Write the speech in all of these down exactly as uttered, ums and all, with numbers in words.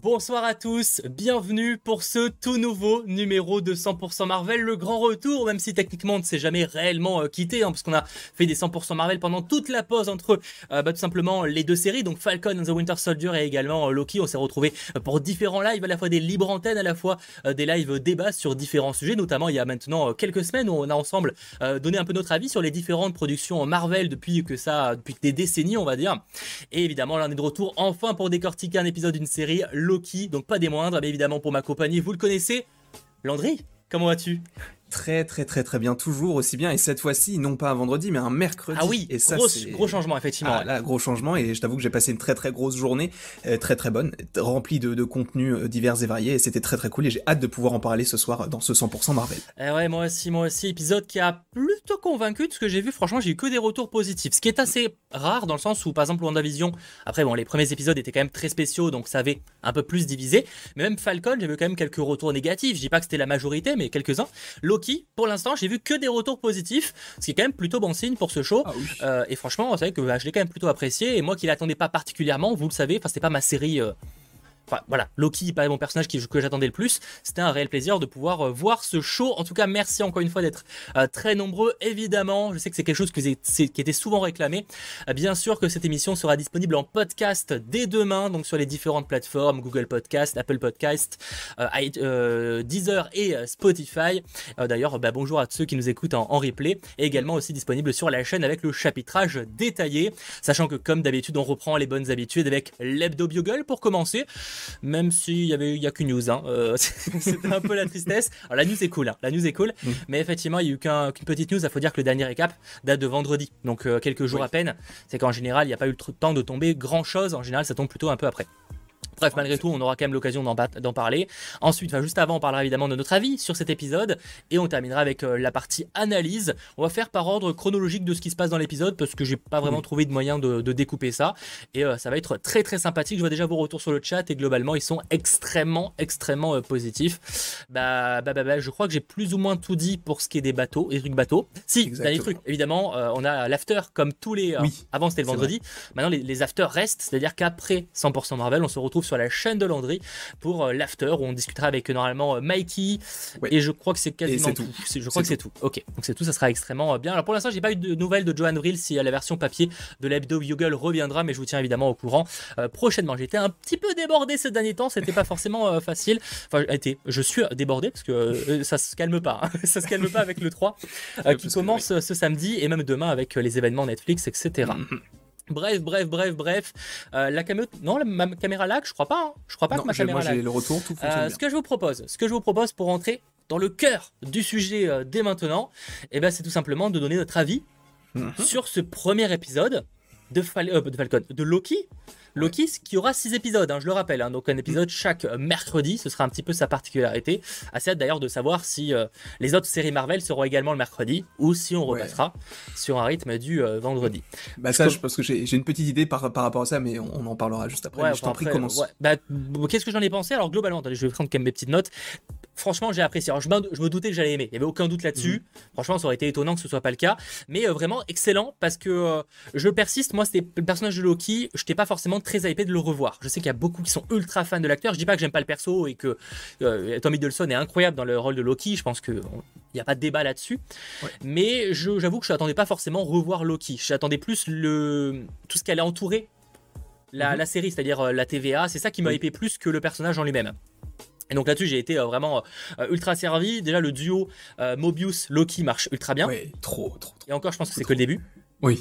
Bonsoir à tous, bienvenue pour ce tout nouveau numéro de cent pour cent Marvel, le grand retour, même si techniquement on ne s'est jamais réellement euh, quitté, hein, parce qu'on a fait des cent pour cent Marvel pendant toute la pause entre euh, bah, tout simplement les deux séries, donc Falcon and the Winter Soldier et également euh, Loki. On s'est retrouvés euh, pour différents lives, à la fois des libres antennes, à la fois euh, des lives euh, débats sur différents sujets, notamment il y a maintenant euh, quelques semaines où on a ensemble euh, donné un peu notre avis sur les différentes productions Marvel depuis que ça, depuis des décennies on va dire, et évidemment là on est de retour enfin pour décortiquer un épisode d'une série, Loki, donc pas des moindres, mais évidemment pour m'accompagner, vous le connaissez, Landry, comment vas-tu ? Très très très très bien, toujours aussi bien, et cette fois-ci non pas un vendredi mais un mercredi. Ah oui, et ça, gros, c'est... gros changement effectivement. Ah, ouais. là, gros changement, et je t'avoue que j'ai passé une très très grosse journée, euh, très très bonne, remplie de, de contenus euh, divers et variés, et c'était très très cool, et j'ai hâte de pouvoir en parler ce soir dans ce cent pour cent Marvel. Eh ouais, moi aussi, moi aussi, épisode qui a plutôt convaincu de ce que j'ai vu, franchement j'ai eu que des retours positifs, ce qui est assez rare dans le sens où par exemple WandaVision, après bon les premiers épisodes étaient quand même très spéciaux donc ça avait un peu plus divisé, mais même Falcon j'ai vu quand même quelques retours négatifs, je dis pas que c'était la majorité mais quelques-uns. Loki, pour l'instant j'ai vu que des retours positifs, ce qui est quand même plutôt bon signe pour ce show. Ah oui. euh, et franchement c'est vrai que bah, je l'ai quand même plutôt apprécié, et moi qui l'attendais pas particulièrement, vous le savez, enfin c'était pas ma série... Euh, Enfin voilà, Loki, pas mon personnage qui, que j'attendais le plus. C'était un réel plaisir de pouvoir euh, voir ce show. En tout cas, merci encore une fois d'être euh, très nombreux. Évidemment, je sais que c'est quelque chose que c'est, qui était souvent réclamé. Euh, bien sûr que cette émission sera disponible en podcast dès demain, donc sur les différentes plateformes, Google Podcast, Apple Podcast, euh, euh, Deezer et euh, Spotify. Euh, d'ailleurs, bah, bonjour à ceux qui nous écoutent en, en replay, et également aussi disponible sur la chaîne avec le chapitrage détaillé. Sachant que comme d'habitude, on reprend les bonnes habitudes avec l'hebdo Bugle pour commencer. Même s'il y avait, il y a qu'une news, hein. euh, c'était un peu la tristesse. Alors la news est cool, hein. la news est cool, mmh. mais effectivement il y a eu qu'un, qu'une petite news. Il faut dire que le dernier récap date de vendredi, donc euh, quelques jours oui. à peine. C'est qu'en général il n'y a pas eu le temps de tomber grand chose. En général ça tombe plutôt un peu après. Bref, malgré tout, on aura quand même l'occasion d'en, bat- d'en parler. Ensuite, enfin, juste avant, on parlera évidemment de notre avis sur cet épisode. Et on terminera avec euh, la partie analyse. On va faire par ordre chronologique de ce qui se passe dans l'épisode, parce que j'ai pas vraiment oui. trouvé de moyen de, de découper ça. Et euh, ça va être très très sympathique. Je vois déjà vos retours sur le chat, et globalement, ils sont extrêmement, extrêmement euh, positifs. Bah, bah, bah, bah, je crois que j'ai plus ou moins tout dit pour ce qui est des bateaux, des trucs bateaux. Si, dernier truc, évidemment, euh, on a l'after, comme tous les... Euh, oui. Avant, c'était le vendredi. Maintenant, les, les afters restent, c'est-à-dire qu'après cent pour cent Marvel, on se retrouve sur la chaîne de Landry pour euh, l'after où on discutera avec euh, normalement euh, Mikey ouais. et je crois que c'est quasiment c'est tout. tout. C'est, je crois c'est que tout. c'est tout. Ok, donc c'est tout, ça sera extrêmement euh, bien. Alors pour l'instant, j'ai pas eu de nouvelles de Joan Vril si euh, la version papier de l'hebdo Bugle reviendra, mais je vous tiens évidemment au courant euh, prochainement. J'étais un petit peu débordé ces derniers temps, c'était pas forcément euh, facile. Enfin, été, je suis débordé parce que euh, ça se calme pas, hein. ça se calme pas avec le trois euh, qui commence oui. ce samedi et même demain avec euh, les événements Netflix, et cetera. Mm-hmm. Bref, bref, bref, bref. Euh, la caméra, non, la, ma caméra lag, je crois pas. Hein. Je crois pas non, que ma j'ai, caméra moi, lag. J'ai le retour, tout fonctionne euh, bien. Ce que je vous propose, ce que je vous propose pour entrer dans le cœur du sujet euh, dès maintenant, eh ben, c'est tout simplement de donner notre avis mm-hmm. sur ce premier épisode de, Fal- euh, de Falcon, de Loki. Loki, ouais. qui aura six épisodes, hein, je le rappelle, hein, donc un épisode chaque mercredi, ce sera un petit peu sa particularité. Assez hâte d'ailleurs de savoir si euh, les autres séries Marvel seront également le mercredi ou si on repassera ouais. sur un rythme du euh, vendredi. Bah ça, je pense que j'ai, j'ai une petite idée par, par rapport à ça, mais on, on en parlera juste après. Ouais, mais je t'en après, prie, commence. Ouais. Bah, qu'est-ce que j'en ai pensé ? Alors globalement, attendez, je vais prendre quand même mes petites notes. Franchement, j'ai apprécié. Alors, je, je me doutais que j'allais aimer. Il n'y avait aucun doute là-dessus. Mmh. Franchement, ça aurait été étonnant que ce soit pas le cas. Mais euh, vraiment excellent parce que euh, je persiste. Moi, c'était le personnage de Loki. Je n'étais pas forcément très hypé de le revoir. Je sais qu'il y a beaucoup qui sont ultra fans de l'acteur. Je dis pas que j'aime pas le perso et que euh, Tom Hiddleston est incroyable dans le rôle de Loki. Je pense qu'il n'y a pas de débat là-dessus. Ouais. Mais je, j'avoue que je n'attendais pas forcément revoir Loki. J'attendais plus le, tout ce qui allait entourer la, mmh. la série, c'est-à-dire euh, la T V A. C'est ça qui m'a oui. hypé plus que le personnage en lui-même. Et donc là-dessus, j'ai été euh, vraiment euh, ultra servi. Déjà, le duo euh, Mobius-Loki marche ultra bien. Oui, trop, trop, trop. Et encore, je pense que c'est trop. que le début. Oui.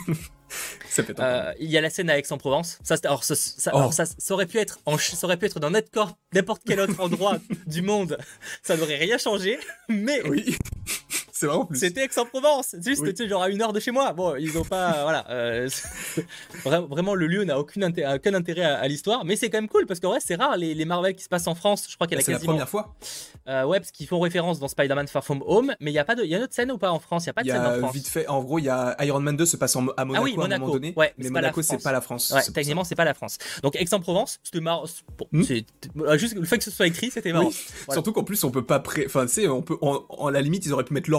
Ça fait euh, il y a la scène à Aix-en-Provence. Ça, alors, ça, ça, oh. alors ça, ça aurait pu être, en, ça aurait pu être dans n'importe quel autre endroit du monde. Ça n'aurait rien changé. Mais oui. C'est vraiment plus. C'était Aix-en-Provence, juste oui. tu sais, genre à une heure de chez moi. Bon, ils ont pas, voilà. Euh, vraiment, le lieu n'a aucun intérêt, aucun intérêt à, à l'histoire, mais c'est quand même cool parce qu'en vrai, c'est rare les, les Marvel qui se passent en France. Je crois qu'il y a c'est quasiment. C'est la première fois. Euh, ouais, parce qu'ils font référence dans Spider-Man Far From Home, mais il y a pas de, il y a une autre scène ou pas en France ? Il y a pas de y a scène en France. Vite fait, en gros, il y a Iron Man deux se passe en, à Monaco, ah oui, Monaco à un moment donné. Ouais, mais c'est Monaco, pas c'est pas la France. Ouais, c'est techniquement, c'est pas la France. Donc Aix-en-Provence, c'était marrant. Bon, hmm c'est juste le fait que ce soit écrit, c'était marrant. Oui. Voilà. Surtout qu'en plus, on peut pas pré... enfin, tu sais, on peut, en, en la limite, ils auraient pu mettre Lorient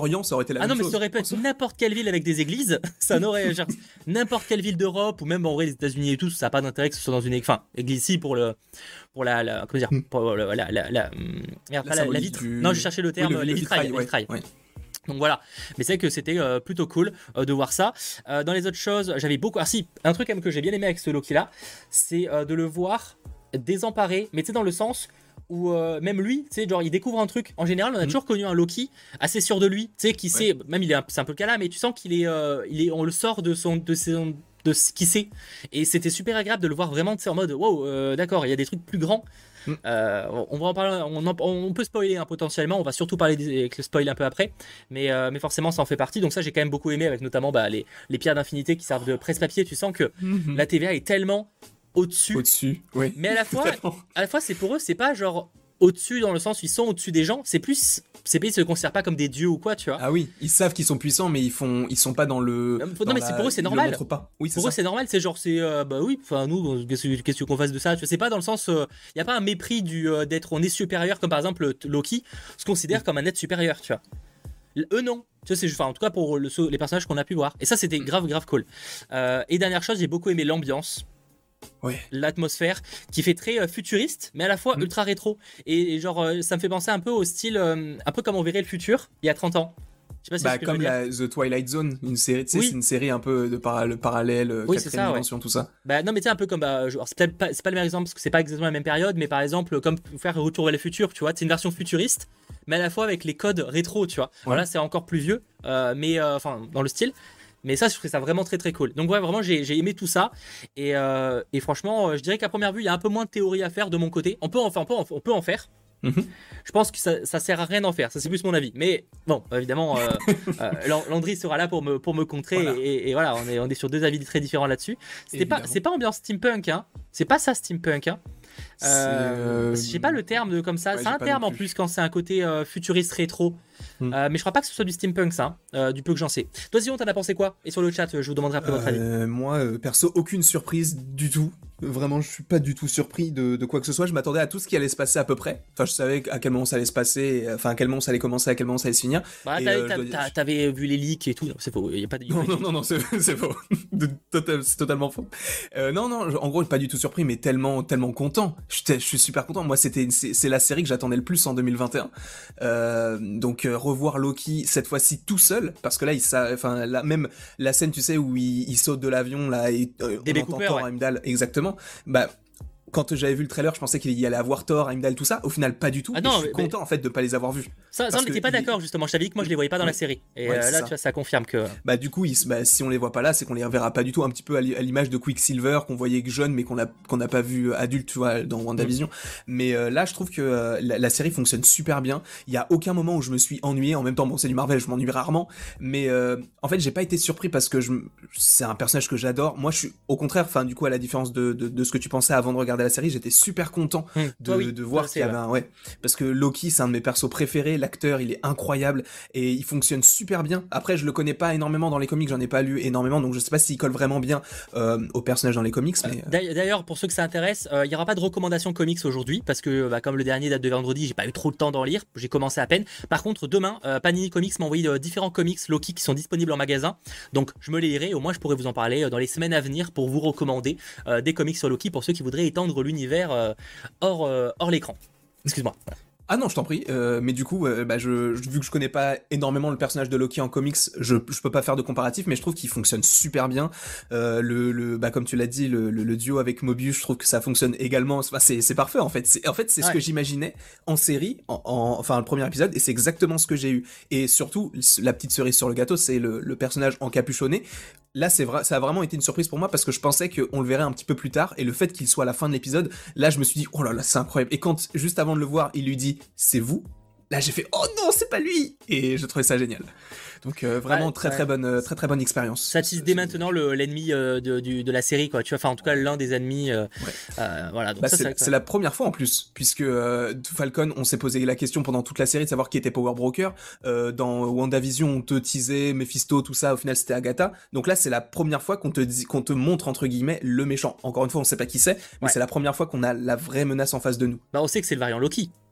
Orient, ça aurait été la ah même non, mais chose. ça aurait pu être n'importe quelle ville avec des églises. Ça n'aurait. Genre, n'importe quelle ville d'Europe ou même en vrai les États-Unis et tout, ça n'a pas d'intérêt que ce soit dans une église. Enfin, église ici pour le. Pour la. la comment dire Mm. Pour la. la, la, la, merde, La pas la, la symbolique vitre. du- Non, je cherchais le terme, Oui, le- les le vitrailles. vitrail, les ouais, vitrailles. ouais. Donc voilà, mais c'est vrai que c'était euh, plutôt cool euh, de voir ça. Euh, dans les autres choses, j'avais beaucoup. Ah si, un truc quand même que j'ai bien aimé avec ce Loki là, c'est euh, de le voir désemparé, mais tu sais dans le sens où euh, même lui, tu sais, genre il découvre un truc. En général, on a Mhm. toujours connu un Loki assez sûr de lui, tu sais, qui Ouais. sait, même il est un, c'est un peu le cas là, mais tu sens qu'il est, euh, il est, on le sort de son, de ses, de ce qu'il sait. Et c'était super agréable de le voir vraiment, tu sais, en mode, wow, euh, d'accord, il y a des trucs plus grands. Mm. Euh, on va en parler, on, en- on peut spoiler hein, potentiellement, on va surtout parler des, avec le spoil un peu après, mais, euh, mais forcément ça en fait partie. Donc ça j'ai quand même beaucoup aimé avec notamment bah, les, les pierres d'infinité qui servent de presse-papier. Tu sens que Mhm. la T V A est tellement au-dessus, Au-dessus, oui. mais à la fois, Totalement. à la fois c'est pour eux, c'est pas genre au-dessus dans le sens où ils sont au-dessus des gens, c'est plus, ces pays se considèrent pas comme des dieux ou quoi, tu vois. Ah oui, ils savent qu'ils sont puissants, mais ils font, ils sont pas dans le. Non, mais dans mais la- c'est pour eux, c'est ils le normal. montrent pas. Oui, c'est Pour ça. eux, c'est normal, c'est genre, c'est euh, bah oui, enfin nous, qu'est-ce que- qu'est-ce qu'on fasse de ça? Tu sais pas dans le sens, il y a pas un mépris du euh, d'être on est supérieur comme par exemple euh, Loki se considère comme un être supérieur, tu vois. L- Eux non, tu vois, c'est enfin en tout cas pour le, les personnages qu'on a pu voir. Et ça c'était grave grave cool. Euh, et dernière chose, j'ai beaucoup aimé l'ambiance. Ouais. L'atmosphère qui fait très euh, futuriste mais à la fois Mm. ultra rétro et, et genre euh, ça me fait penser un peu au style euh, un peu comme on verrait le futur il y a trente ans. Je sais pas si Bah, c'est ce que je veux comme dire. la The Twilight Zone, une série, tu sais, Oui. c'est une série un peu de para- le parallèle, euh, Oui, c'est quatrième ça, ouais. dimension, tout ça. Bah non mais tu sais un peu comme bah, genre, c'est peut-être pas, c'est pas le même exemple parce que c'est pas exactement la même période mais par exemple comme faire Retour vers le futur tu vois c'est une version futuriste mais à la fois avec les codes rétro tu vois voilà c'est encore plus vieux euh, mais euh, enfin dans le style mais ça je trouve ça vraiment très très cool donc ouais vraiment j'ai, j'ai aimé tout ça et, euh, et franchement euh, je dirais qu'à première vue il y a un peu moins de théorie à faire de mon côté on peut en, faire- on peut en, on peut en faire. Mhm. Je pense que ça, ça sert à rien d'en faire, ça c'est plus mon avis. Mais bon, évidemment, euh, euh, Lan- Landry sera là pour me, pour me contrer Voilà. Et, et voilà, on est, on est sur deux avis très différents là-dessus. C'était pas, Évidemment. c'est pas ambiance steampunk, hein. C'est pas ça steampunk, hein. C'est, Euh, euh, je sais pas le terme de comme ça. ouais, c'est j'ai un pas terme non en plus. plus quand c'est un côté euh, futuriste rétro. Hmm. Euh, mais je crois pas que ce soit du steampunk, ça, hein, euh, du peu que j'en sais. Toi, Zion, t'en as pensé quoi? Et sur le chat, je vous demanderai après votre avis. Euh, moi, euh, perso, aucune surprise du tout. Vraiment, je suis pas du tout surpris de, de quoi que ce soit. Je m'attendais à tout ce qui allait se passer à peu près. Enfin, je savais à quel moment ça allait se passer, et- enfin, à quel moment ça allait commencer, à quel moment ça allait se finir. Bah, et, t'avais, euh, je t'as- dois dire- t'as- t'avais vu les leaks et tout. Non, c'est faux. Y a pas de. y a Non, pas de- non, non, non, c'est c'est faux. De- total- c'est totalement faux. Euh, non, non, je- en gros, pas du tout surpris, mais tellement, tellement content. Je je suis super content. Moi, c'était, une- c'est c'est la série que j'attendais le plus en deux mille vingt et un. Euh, donc, euh, revoir Loki cette fois-ci tout seul, parce que là, il, ça, enfin, là, même la scène, tu sais, où il, il saute de l'avion là et euh, D B on entend Cooper, Thor ouais. Heimdall, exactement. Bah. Quand j'avais vu le trailer, je pensais qu'il y allait avoir Thor, Heimdall, tout ça. Au final, pas du tout. Ah Et non, je suis mais- content en fait de pas les avoir vus. Ça, ça Parce on n'était que pas il- d'accord justement. Je t'avais dit que moi je les voyais pas dans la Oui. série. Et Ouais, euh, c'est là, ça. tu vois, ça confirme que. Bah du coup, ils, bah, si on les voit pas là, c'est qu'on les reverra pas du tout, un petit peu à l'i- à l'image de Quicksilver qu'on voyait jeune, mais qu'on a qu'on n'a pas vu adulte, tu vois, dans WandaVision. Mm. Mais euh, là, je trouve que euh, la, la série fonctionne super bien. Il y a aucun moment où je me suis ennuyé. En même temps, bon, c'est du Marvel, je m'ennuie rarement. Mais euh, en fait, j'ai pas été surpris parce que je, m- c'est un personnage que j'adore. Moi, je suis au contraire, enfin, du coup, à la différence de, de, de ce que tu pensais avant de regarder la série, j'étais super content Hum, de, toi, oui, de voir toi, qu'il y c'est avait vrai. un, ouais, parce que Loki, c'est un de mes persos préférés. L'acteur, il est incroyable et il fonctionne super bien. Après, je le connais pas énormément dans les comics, j'en ai pas lu énormément, donc je sais pas s'il colle vraiment bien euh, au personnage dans les comics, mais euh, D'ailleurs, d'ailleurs, pour ceux que ça intéresse, euh, il n'y aura pas de recommandations comics aujourd'hui parce que, bah, comme le dernier date de vendredi, j'ai pas eu trop le temps d'en lire. J'ai commencé à peine. Par contre, demain, euh, Panini Comics m'a envoyé euh, différents comics Loki qui sont disponibles en magasin. Donc, je me les lirai. Au moins, je pourrai vous en parler euh, dans les semaines à venir pour vous recommander euh, des comics sur Loki pour ceux qui voudraient étendre l'univers euh, hors, euh, hors l'écran. Excuse-moi. ah non, je t'en prie. Euh, mais du coup, euh, bah, je, je- vu que je connais pas énormément le personnage de Loki en comics, je, je peux pas faire de comparatif, mais je trouve qu'il fonctionne super bien. Euh, le, le, bah, comme tu l'as dit, le, le, le duo avec Mobius, je trouve que ça fonctionne également. Enfin, c'est, c'est parfait en fait. C'est, en fait, c'est ce Ouais. que j'imaginais en série, en, en- enfin le premier épisode, et c'est exactement ce que j'ai eu. Et surtout, la petite cerise sur le gâteau, c'est le, le personnage encapuchonné. Là, c'est vrai, ça a vraiment été une surprise pour moi parce que je pensais qu'on le verrait un petit peu plus tard et le fait qu'il soit à la fin de l'épisode, là, je me suis dit, oh là là, c'est incroyable. Et quand, juste avant de le voir, il lui dit, c'est vous, là, j'ai fait, oh non, c'est pas lui. Et je trouvais ça génial. Donc, euh, vraiment, Ouais, très, ouais. très bonne, euh, très, très bonne expérience. Ça tease dès maintenant le, l'ennemi euh, de, du- de la série, quoi. Tu vois, enfin, en tout cas, l'un des ennemis. euh, Ouais. euh, voilà. Donc Bah, ça, c'est, c'est, c'est la première fois en plus, puisque euh, Falcon, on s'est posé la question pendant toute la série de savoir qui était Power Broker. Euh, dans WandaVision, on te teasait Mephisto, tout ça. Au final, c'était Agatha. Donc là, c'est la première fois qu'on te dit, qu'on te montre entre guillemets le méchant. Encore une fois, on sait pas qui c'est, mais Ouais. c'est la première fois qu'on a la vraie menace en face de nous. Bah, on sait que c'est le variant Loki.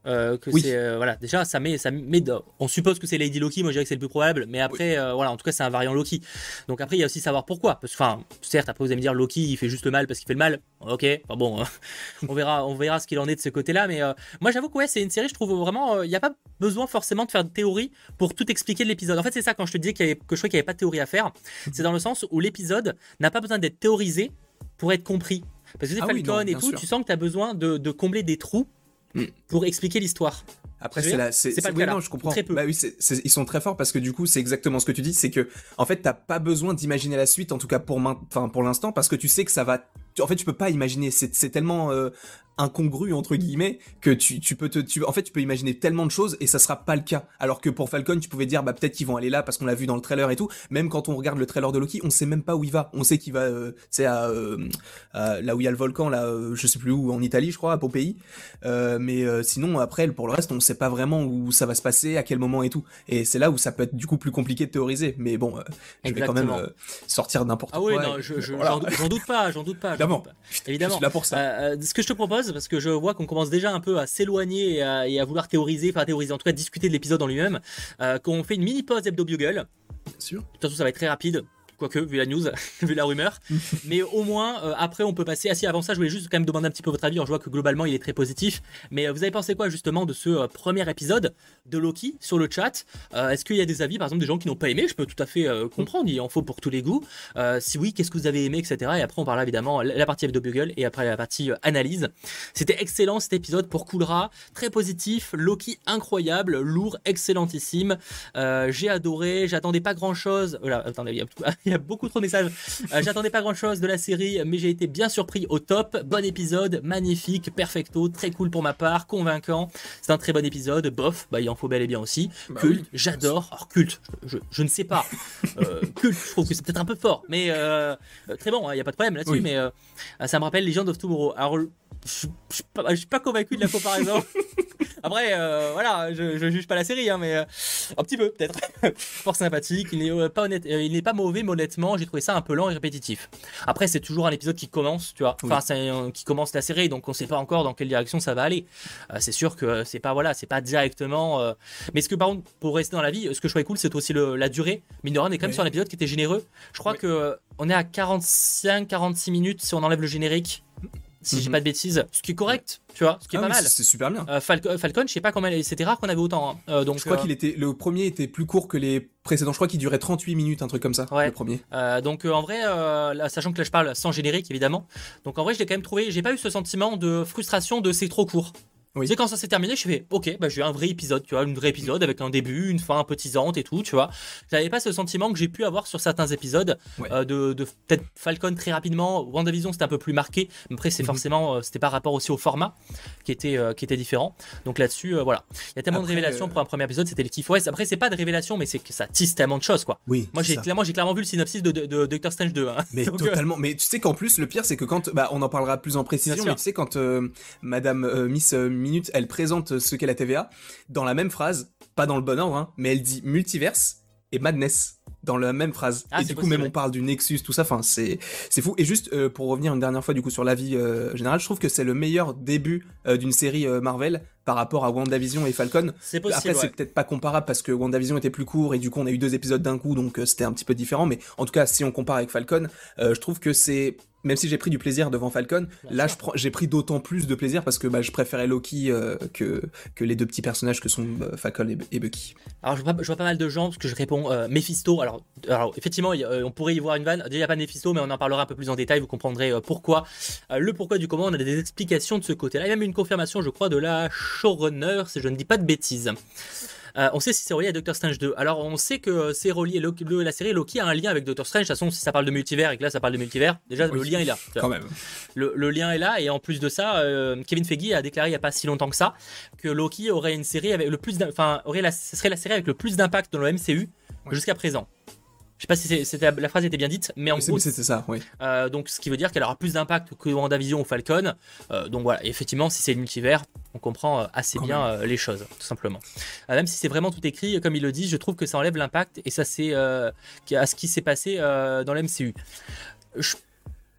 Euh, que Oui. c'est euh, voilà, déjà ça met ça met de- on suppose que c'est Lady Loki, moi je dirais que c'est le plus probable, mais après euh, voilà, en tout cas c'est un variant Loki. Donc après il y a aussi savoir pourquoi, parce que enfin certes après vous allez me dire Loki il fait juste le mal parce qu'il fait le mal. OK, enfin bon, on verra on verra ce qu'il en est de ce côté-là, mais euh, moi j'avoue que ouais, c'est une série je trouve vraiment il n'y a pas besoin forcément de faire de théorie pour tout expliquer de l'épisode. En fait, c'est ça quand je te disais qu'il y avait, que je crois qu'il n'y avait pas de théorie à faire, c'est dans le sens où l'épisode n'a pas besoin d'être théorisé pour être compris. Parce que c'est Ah oui, Falcon non, et bien tout, sûr. tu sens que tu as besoin de, de combler des trous Mm. pour expliquer l'histoire. Après, Je veux c'est dire, la, c'est, c'est pas c'est- le oui, cas là, non, je comprends. très peu. Bah oui, c'est, c'est- ils sont très forts parce que du coup, c'est exactement ce que tu dis, c'est que, en fait, t'as pas besoin d'imaginer la suite, en tout cas pour main, enfin, pour l'instant, parce que tu sais que ça va, tu- en fait, tu peux pas imaginer, c'est, c'est tellement, euh, incongru, entre guillemets, que tu, tu peux te, tu, en fait, tu peux imaginer tellement de choses et ça sera pas le cas. Alors que pour Falcon, tu pouvais dire, bah, peut-être qu'ils vont aller là parce qu'on l'a vu dans le trailer et tout. Même quand on regarde le trailer de Loki, on sait même pas où il va. On sait qu'il va, euh, c'est à, euh, à- là où il y a le volcan, là, euh, je sais plus où, en Italie, je crois, à Pompéi. Euh, mais euh, sinon, après, pour le reste, on sait pas vraiment où ça va se passer, à quel moment et tout. Et c'est là où ça peut être du coup plus compliqué de théoriser. Mais bon, euh, je vais quand même Exactement. euh, sortir n'importe Ah quoi. oui, non, et- je, je- voilà. j'en, j'en doute pas, j'en doute pas. j'en Évidemment. doute pas. Je Évidemment. suis là pour ça. Euh, euh, ce que je te propose, parce que je vois qu'on commence déjà un peu à s'éloigner et à, et à vouloir théoriser, enfin théoriser, en tout cas discuter de l'épisode en lui-même, euh, qu'on fait une mini pause hebdo bugle. Bien sûr. De toute façon, ça va être très rapide. Quoique, vu la news, vu la rumeur. Mais au moins, euh, après, on peut passer. Ah si, avant ça, je voulais juste quand même demander un petit peu votre avis. Alors, je vois que globalement, il est très positif. Mais euh, vous avez pensé quoi, justement, de ce euh, premier épisode de Loki sur le chat? Euh, Est-ce qu'il y a des avis, par exemple, des gens qui n'ont pas aimé? Je peux tout à fait euh, comprendre. Il en faut pour tous les goûts. Euh, si oui, qu'est-ce que vous avez aimé, et cetera. Et après, on parlera évidemment la la partie Hebdo Bugle et après la partie euh, analyse. C'était excellent cet épisode pour Coolra. Très positif. Loki incroyable. Lourd, excellentissime. Euh, j'ai adoré. J'attendais pas grand chose. Voilà, attendez, il y a, il y a beaucoup trop de messages. Euh, j'attendais pas grand chose de la série, mais j'ai été bien surpris au top. Bon épisode, magnifique, perfecto, très cool pour ma part, convaincant. C'est un très bon épisode. Bof, bah il en faut bel et bien aussi. Bah Culte, oui. j'adore. Alors culte, je, je, je ne sais pas. Euh, culte, je trouve que c'est peut-être un peu fort, mais euh, euh, très bon. Il n'y a pas de problème là-dessus. Oui. Mais euh, ça me rappelle Legend of Tomorrow. Alors je, je, suis pas, je suis pas convaincu de la comparaison. Après, euh, voilà, je, je juge pas la série, hein, mais euh, un petit peu peut-être. Fort sympathique, il n'est euh, pas honnête, euh, il n'est pas mauvais, mais honnêtement, j'ai trouvé ça un peu lent et répétitif. Après, c'est toujours un épisode qui commence, tu vois, enfin, Oui. c'est euh, qui commence la série, donc on sait pas encore dans quelle direction ça va aller. Euh, c'est sûr que c'est pas voilà, c'est pas directement. Euh... Mais ce que par contre, pour rester dans la vie, ce que je trouvais cool, c'est aussi le, la durée. Mine de rien, on est quand même Oui. sur un épisode qui était généreux. Je crois Oui. que euh, on est à quarante-cinq quarante-six minutes si on enlève le générique. Si j'ai Mhm. pas de bêtises, ce qui est correct, tu vois, ce qui est Ah pas oui, mal. c'est- C'est super bien. Euh, Falcon, Falcon, je sais pas combien, c'était rare qu'on avait autant. Hein. Euh, donc, Je crois euh, qu'il était, le premier était plus court que les précédents. Je crois qu'il durait trente-huit minutes, un truc comme ça, Ouais. le premier. euh, donc euh, en vrai, euh, là, sachant que là je parle sans générique évidemment, donc en vrai je l'ai quand même trouvé, j'ai pas eu ce sentiment de frustration de c'est trop court. Oui. Tu sais, quand ça s'est terminé, je fais ok, bah j'ai eu un vrai épisode, tu vois, un vrai épisode avec un début, une fin un peu teasante et tout, tu vois. J'avais pas ce sentiment que j'ai pu avoir sur certains épisodes Ouais. euh, de, de peut-être Falcon très rapidement. WandaVision c'était un peu plus marqué, mais après c'est Mhm. forcément, euh, c'était par rapport aussi au format qui était, euh, qui était différent. Donc là-dessus, euh, voilà. Il y a tellement Après, de révélations euh, pour un premier épisode, c'était le kiff. Ouais, après c'est pas de révélation, mais c'est que ça tease tellement de choses quoi. Oui. Moi c'est j'ai ça. clairement, j'ai clairement vu le synopsis de, de, de Doctor Strange deux. Hein. Mais Donc, euh, totalement. Mais tu sais qu'en plus, le pire, c'est que quand, bah, on en parlera plus en Bien précision, sûr. mais tu sais quand euh, Madame euh, Miss euh, Minute, elle présente ce qu'est la T V A dans la même phrase, pas dans le bon ordre, hein, mais elle dit multiverse et madness dans la même phrase. Ah, et c'est du coup, possible, même ouais. on parle du Nexus, tout ça. Enfin, c'est c'est fou. Et juste euh, pour revenir une dernière fois du coup sur l'avis euh, général, je trouve que c'est le meilleur début euh, d'une série euh, Marvel par rapport à WandaVision et Falcon. c'est possible. Après, c'est ouais. peut-être pas comparable parce que WandaVision était plus court et du coup, on a eu deux épisodes d'un coup, donc euh, c'était un petit peu différent. Mais en tout cas, si on compare avec Falcon, euh, je trouve que c'est. Même si j'ai pris du plaisir devant Falcon, Bien là sûr. je prends- j'ai pris d'autant plus de plaisir parce que bah, je préférais Loki euh, que, que les deux petits personnages que sont euh, Falcon et, et Bucky. Alors je vois, je vois pas mal de gens parce que je réponds euh, Mephisto. Alors, alors effectivement, il y a- euh, on pourrait y voir une vanne. Déjà, il n'y a pas de Mephisto, mais on en parlera un peu plus en détail. Vous comprendrez euh, pourquoi. Euh, le pourquoi du comment. On a des explications de ce côté-là. Il y a même une confirmation, je crois, de la showrunner, si je ne dis pas de bêtises. Euh, on sait si c'est relié à Doctor Strange deux. Alors on sait que c'est relié, Loki- le- la série Loki a un lien avec Doctor Strange. De toute façon, si ça parle de multivers et que là ça parle de multivers, déjà le Oui. lien est là. Quand même. Le, le lien est là, et en plus de ça, euh, Kevin Feige a déclaré il n'y a pas si longtemps que ça que Loki aurait une série avec le plus, d'im- enfin aurait la, ce serait la série avec le plus d'impact dans le M C U Ouais. jusqu'à présent. Je sais pas si c'est- c'était, la phrase était bien dite, mais en Oui, c'est- gros, C'était ça, oui. euh, donc ce qui veut dire qu'elle aura plus d'impact que WandaVision ou Falcon. Euh, donc voilà, et effectivement, si c'est le multivers, on comprend euh, assez Quand bien euh, les choses, tout simplement. Euh, même si c'est vraiment tout écrit, comme il le dit, je trouve que ça enlève l'impact et ça c'est euh, à ce qui s'est passé euh, dans le M C U. Je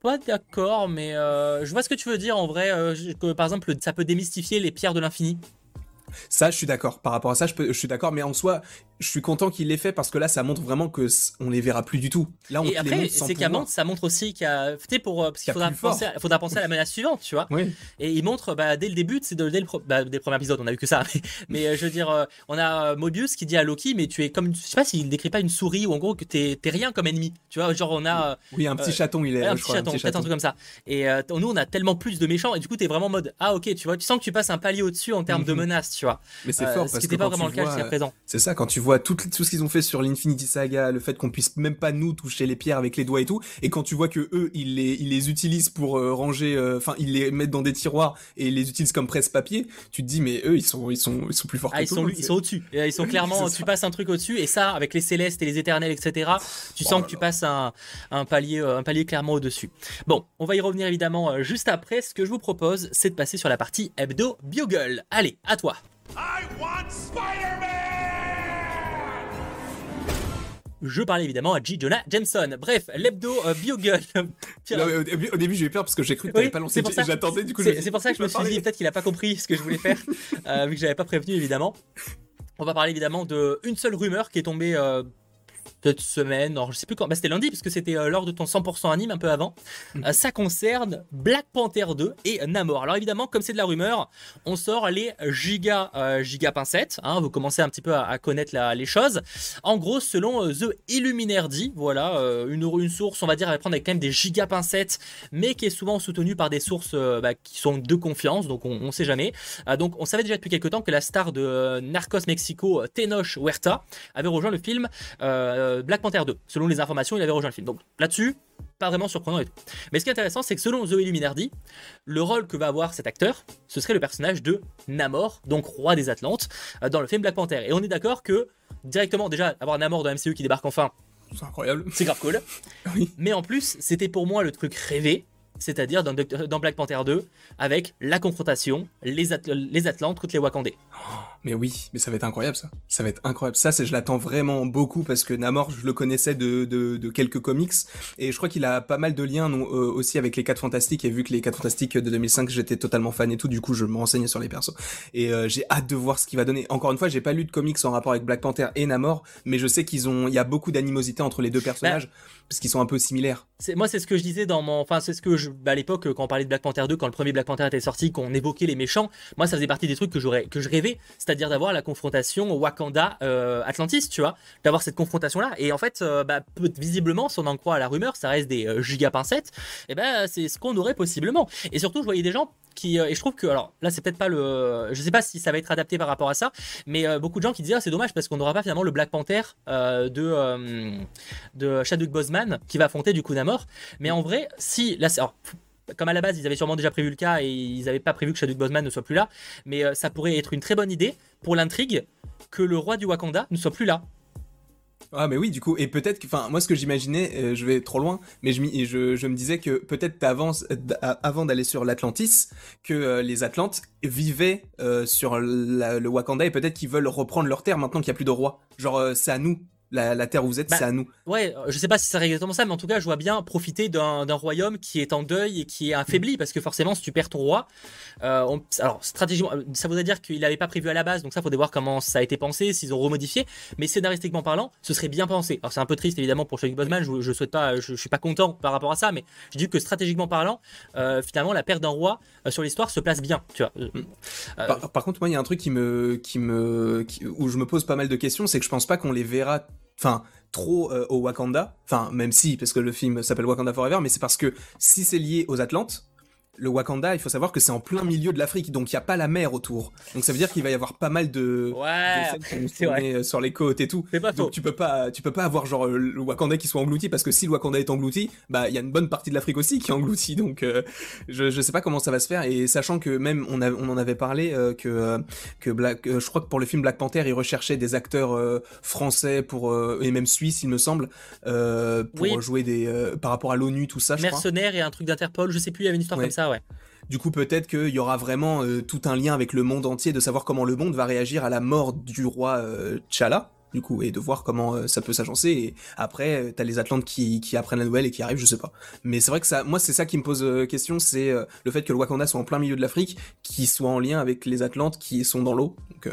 pas d'accord, mais euh, je vois ce que tu veux dire en vrai. Euh, que, par exemple, ça peut démystifier les pierres de l'infini. Ça, je suis d'accord. Par rapport à ça, je, peux, je suis d'accord. Mais en soi, je suis content qu'il l'ait fait parce que là, ça montre vraiment que on les verra plus du tout. Là, on et les après, montre sans c'est qu'à pouvoir. montre, ça montre aussi qu'il y a, tu sais, pour parce qu'il Qu'il y a faudra plus fort. penser, à, faudra penser à la menace suivante, tu vois. Oui. Et il montre, bah, dès le début, c'est de, dès le, pro- bah, dès le premier épisode, on a vu que ça. Mais, mais, euh, je veux dire, euh, on a euh, Mobius qui dit à Loki, mais tu es comme, une- je sais pas s'il décrit pas une souris ou en gros que t'es, t'es rien comme ennemi. Tu vois, genre on a. Oui, un petit euh, chaton, il est. Ouais, un je petit crois, chaton, un petit peut-être un chaton. truc comme ça. Et euh, t- nous, on a tellement plus de méchants, et du coup, t'es vraiment en mode ah ok, tu vois, tu sens que tu passes un palier au-dessus en termes de Mhm. menaces, tu vois. Mais c'est Euh, fort ce parce qui que n'était pas quand vraiment tu le cas vois, jusqu'à présent. c'est ça, quand tu vois tout, tout ce qu'ils ont fait sur l'Infinity Saga, le fait qu'on puisse même pas nous toucher les pierres avec les doigts et tout, et quand tu vois que eux, ils les, ils les utilisent pour euh, ranger, enfin, ils les mettent dans des tiroirs et ils les utilisent comme presse-papier, tu te dis mais eux, ils sont, ils sont, ils sont plus forts Ah, que ils tout sont, le lui- monde. ils c'est- sont au-dessus. Et Ils sont clairement, C'est tu ça. passes un truc au-dessus, et ça, avec les célestes et les éternels, et cetera, tu Oh sens là que tu là. passes un, un palier, euh, un palier clairement au-dessus. Bon, on va y revenir évidemment euh, juste après. Ce que je vous propose, c'est de passer sur la partie hebdo Bugle. Allez, à toi. I want Spider-Man! Je parlais évidemment à J. Jonah Jameson. Bref, l'hebdo euh, Bugle. Tiens, Non, mais au, début, au début, j'ai eu peur parce que j'ai cru que t'avais Oui, pas lancé. c'est pour ça. J'attendais, du coup. je me C'est suis c'est pour ça que je me dit, suis dit, parler. peut-être qu'il a pas compris ce que je voulais faire, euh, vu que j'avais pas prévenu évidemment. On va parler évidemment de une seule rumeur qui est tombée euh, cette semaine, non, je sais plus quand, bah, c'était lundi puisque c'était euh, lors de ton cent pour cent anime un peu avant. Euh, ça concerne Black Panther deux et Namor. Alors évidemment, comme c'est de la rumeur, on sort les giga euh, giga pincettes. Hein, vous commencez un petit peu à, à connaître la- les choses. En gros, selon euh, The Illuminati, voilà euh, une, une source, on va dire, à prendre avec quand même des giga pincettes, mais qui est souvent soutenue par des sources euh, bah, qui sont de confiance, donc on, on sait jamais. Euh, donc on savait déjà depuis quelques temps que la star de euh, Narcos Mexico, euh, Tenoch Huerta, avait rejoint le film euh, Black Panther deux. Selon les informations, il avait rejoint le film. Donc là-dessus, pas vraiment surprenant et tout. Mais ce qui est intéressant, c'est que selon The Illuminati, le rôle que va avoir cet acteur, ce serait le personnage de Namor, donc roi des Atlantes, euh, dans le film Black Panther. Et on est d'accord que directement, déjà, avoir Namor dans M C U qui débarque enfin, C'est incroyable. c'est grave cool. Oui. Mais en plus, c'était pour moi le truc rêvé, c'est-à-dire dans, dans Black Panther deux, avec la confrontation, les, At- les Atlantes contre les Wakandais. Mais oui, mais ça va être incroyable ça. Ça va être incroyable. Ça, c'est, je l'attends vraiment beaucoup parce que Namor, je le connaissais de, de, de quelques comics et je crois qu'il a pas mal de liens non, euh, aussi avec les quatre Fantastiques et vu que les quatre Fantastiques de deux mille cinq, j'étais totalement fan et tout, du coup, je me renseignais sur les persos et euh, j'ai hâte de voir ce qu'il va donner. Encore une fois, j'ai pas lu de comics en rapport avec Black Panther et Namor, mais je sais qu'ils ont, il y a beaucoup d'animosité entre les deux personnages parce qu'ils sont un peu similaires. C'est, moi, c'est ce que je disais dans mon. Enfin, c'est ce que je. Bah, à l'époque, quand on parlait de Black Panther deux, quand le premier Black Panther était sorti, qu'on évoquait les méchants, moi, ça faisait partie des trucs que, j'aurais, que je rêvais, c'est-à-dire d'avoir la confrontation Wakanda-Atlantis, tu vois, d'avoir cette confrontation-là. Et en fait, euh, bah, peu- visiblement, si on en croit à la rumeur, ça reste des euh, giga pincettes, et ben, c'est ce qu'on aurait possiblement. Et surtout, je voyais des gens qui. euh, et je trouve que. Alors, là, c'est peut-être pas le. Je sais pas si ça va être adapté par rapport à ça, mais euh, beaucoup de gens qui disaient, ah, c'est dommage parce qu'on n'aura pas finalement le Black Panther euh, de, euh, de Chadwick Boseman qui va affronter du coup Namor. Mais en vrai, si. Là, c'est- alors, comme à la base, ils avaient sûrement déjà prévu le cas et ils n'avaient pas prévu que Chadwick Boseman ne soit plus là, mais euh, ça pourrait être une très bonne idée pour l'intrigue que le roi du Wakanda ne soit plus là. Ah mais oui du coup et peut-être que enfin moi ce que j'imaginais euh, je vais trop loin mais je, m'y- je, je me disais que peut-être t'avances euh, d- a- avant d'aller sur l'Atlantis que euh, les Atlantes vivaient euh, sur la- le Wakanda et peut-être qu'ils veulent reprendre leur terre maintenant qu'il n'y a plus de roi genre euh, c'est à nous la, la terre où vous êtes Bah, c'est à nous. Ouais, euh, je sais pas si c'est exactement ça, mais en tout cas, je vois bien profiter d'un d'un royaume qui est en deuil et qui est affaibli, parce que forcément, si tu perds ton roi, euh, on- alors stratégiquement, euh, ça voudrait dire qu'il n'avait pas prévu à la base, donc ça, faudrait voir comment ça a été pensé, s'ils ont remodifié, mais scénaristiquement parlant, ce serait bien pensé. Alors c'est un peu triste évidemment pour Chadwick Boseman, je, je souhaite pas, je, je suis pas content par rapport à ça, mais je dis que stratégiquement parlant, euh, finalement, la perte d'un roi euh, sur l'histoire se place bien, tu vois. Euh, euh, Par, par contre moi il y a un truc qui me qui me qui- où je me pose pas mal de questions c'est que je pense pas qu'on les verra enfin trop euh, au Wakanda enfin même si parce que le film s'appelle Wakanda Forever mais c'est parce que si c'est lié aux Atlantes le Wakanda, il faut savoir que c'est en plein milieu de l'Afrique, donc il n'y a pas la mer autour. Donc ça veut dire qu'il va y avoir pas mal de, Ouais, de scènes qui vont c'est vrai. tourner sur les côtes et tout. C'est pas faux. Donc tu peux pas, tu peux pas avoir genre euh, le Wakanda qui soit englouti parce que si le Wakanda est englouti, bah il y a une bonne partie de l'Afrique aussi qui est engloutie. Donc euh, je je sais pas comment ça va se faire et sachant que même on a, on en avait parlé euh, que euh, que Black, euh, je crois que pour le film Black Panther, ils recherchaient des acteurs euh, français pour euh, et même suisses il me semble euh, pour Oui. jouer des euh, par rapport à l'ONU tout ça je crois. Mercenaires et un truc d'Interpol, je sais plus, il y avait une histoire Ouais. comme ça, ouais. Du coup, peut-être qu'il y aura vraiment euh, tout un lien avec le monde entier de savoir comment le monde va réagir à la mort du roi euh, T'Challa. du coup, et de voir comment euh, ça peut s'agencer. Et après, euh, t'as les Atlantes qui, qui apprennent la nouvelle et qui arrivent, je sais pas. Mais c'est vrai que ça, moi, c'est ça qui me pose euh, question, c'est euh, le fait que le Wakanda soit en plein milieu de l'Afrique, qui soit en lien avec les Atlantes qui sont dans l'eau. Donc, euh...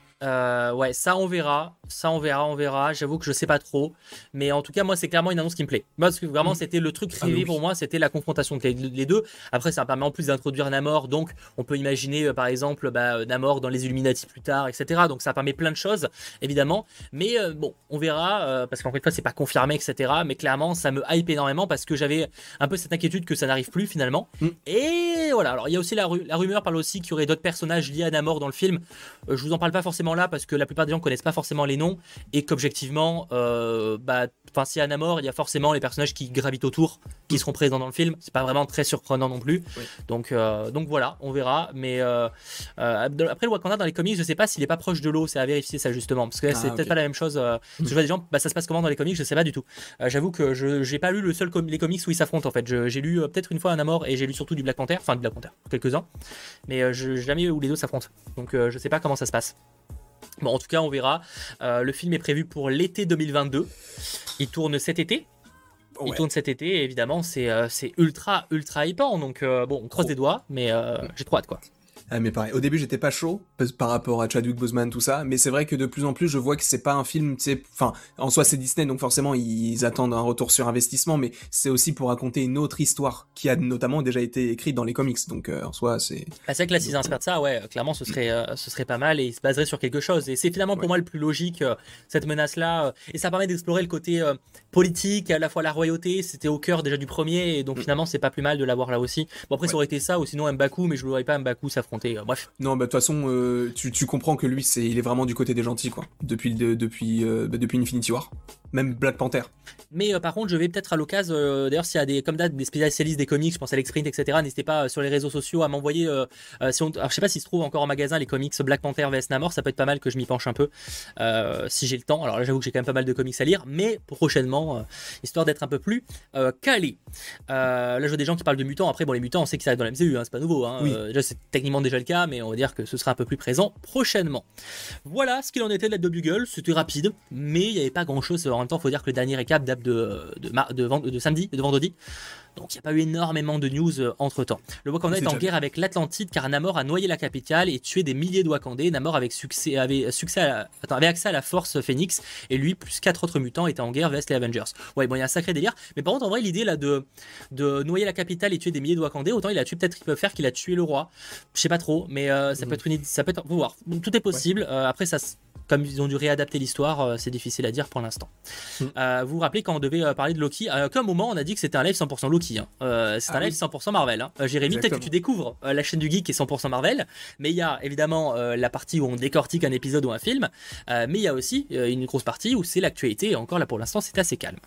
Euh, ouais, ça on verra, ça on verra, on verra. J'avoue que je sais pas trop, mais en tout cas moi c'est clairement une annonce qui me plaît. Moi, parce que vraiment Mmh. c'était le truc Ah, rêvé oui. pour moi, c'était la confrontation entre les, les deux. Après ça permet en plus d'introduire Namor, donc on peut imaginer euh, par exemple bah, Namor dans les Illuminati plus tard, et cetera. Donc ça permet plein de choses évidemment, mais euh, bon on verra euh, parce qu'encore une fois c'est pas confirmé, et cetera. Mais clairement ça me hype énormément parce que j'avais un peu cette inquiétude que ça n'arrive plus finalement. Mmh. Et voilà. Alors il y a aussi la, ru- la rumeur parle aussi qu'il y aurait d'autres personnages liés à Namor dans le film. Euh, je vous en parle pas forcément là parce que la plupart des gens connaissent pas forcément les noms et qu'objectivement euh, bah enfin si à Namor il y a forcément les personnages qui gravitent autour qui seront présents dans le film, c'est pas vraiment très surprenant non plus. Oui. donc euh, donc voilà, on verra. Mais euh, euh, après le Wakanda dans les comics je sais pas s'il est pas proche de l'eau, c'est à vérifier ça justement parce que là, Ah, c'est ok. peut-être pas la même chose euh, parce que je vois des gens bah ça se passe comment dans les comics, je sais pas du tout. Euh, j'avoue que je j'ai pas lu le seul com- les comics où ils s'affrontent en fait. Je, j'ai lu euh, peut-être une fois un Namor et j'ai lu surtout du Black Panther, enfin du Black Panther quelques-uns, mais euh, je j'ai jamais eu où les deux s'affrontent, donc euh, je sais pas comment ça se passe. Bon, en tout cas, on verra. Euh, le film est prévu pour l'été deux mille vingt-deux. Il tourne cet été. Il Ouais. tourne cet été, et évidemment, c'est euh, c'est ultra, ultra hypant. Donc, euh, bon, on croise Trop. des doigts, mais euh, j'ai trop hâte, quoi. Ah, mais pareil, au début j'étais pas chaud parce- par rapport à Chadwick Boseman, tout ça, mais c'est vrai que de plus en plus je vois que c'est pas un film, tu sais, enfin, en soi c'est Disney donc forcément ils attendent un retour sur investissement, mais c'est aussi pour raconter une autre histoire qui a notamment déjà été écrite dans les comics, donc euh, en soi c'est... Ah, c'est vrai que là, s'ils inspirent de ça, ouais, clairement, ce serait, euh, ce serait pas mal et ils se baseraient sur quelque chose. Et c'est finalement pour Ouais. moi le plus logique, euh, cette menace-là. euh, et ça permet d'explorer le côté euh, politique, à la fois la royauté. C'était au cœur déjà du premier, et donc Mm. finalement, c'est pas plus mal de l'avoir là aussi. Bon, après, ça Ouais. aurait été ça, ou sinon M'Baku, mais je ne voudrais pas M'Baku s'affronter. euh, bref. Non, bah de toute façon, euh, tu, tu comprends que lui, c'est, il est vraiment du côté des gentils, quoi, depuis, le- depuis, euh, bah, depuis Infinity War. Même Black Panther. Mais euh, par contre, je vais peut-être à l'occasion, euh, d'ailleurs, s'il y a des, comme d'hab, des spécialistes des comics, je pense à l'Exprint, et cetera, n'hésitez pas euh, sur les réseaux sociaux à m'envoyer. Euh, euh, si on, alors, je sais pas s'il se trouve encore en magasin les comics Black Panther vs Namor, ça peut être pas mal que je m'y penche un peu euh, si j'ai le temps. Alors là, j'avoue que j'ai quand même pas mal de comics à lire, mais prochainement, euh, histoire d'être un peu plus euh, calé. Euh, là, je vois des gens qui parlent de mutants. Après, bon, les mutants, on sait qu'ils arrivent dans la M C U, hein, c'est pas nouveau. Hein. Oui. Euh, déjà, c'est techniquement déjà le cas, mais on va dire que ce sera un peu plus présent prochainement. Voilà ce qu'il en était de la de Bugle. C'était rapide, mais il n'y avait pas grand chose. En même temps, il faut dire que le dernier récap date de, de, mar- de, vend- de samedi, de vendredi. Donc il n'y a pas eu énormément de news euh, entre temps. Le Wakanda C'est est en déjà guerre avec l'Atlantide car Namor a noyé la capitale et tué des milliers de Wakandais. Namor avec succès, avait, succès à la- attends, avait accès à la force Phoenix et lui plus quatre autres mutants étaient en guerre vs les Avengers. Ouais, bon, il y a un sacré délire. Mais par contre, en vrai, l'idée là de, de noyer la capitale et tuer des milliers de Wakandais, autant il a tué, peut-être qu'il peut faire qu'il a tué le roi. Je sais pas trop, mais euh, ça Mhm. peut être une idée, ça peut être, faut voir. Tout est possible. Euh, après, ça, s- comme ils ont dû réadapter l'histoire, euh, c'est difficile à dire pour l'instant. Mhm. Euh, vous vous rappelez quand on devait euh, parler de Loki, à aucun moment on a dit que c'était un live cent pour cent Loki. Hein. Euh, c'est Ah un live oui. cent pour cent Marvel. Hein. Euh, Jérémy, peut-être que Exactement. tu découvres euh, la chaîne du geek qui est cent pour cent Marvel, mais il y a évidemment euh, la partie où on décortique un épisode ou un film, euh, mais il y a aussi euh, une grosse partie où c'est l'actualité, et encore là pour l'instant c'est assez calme.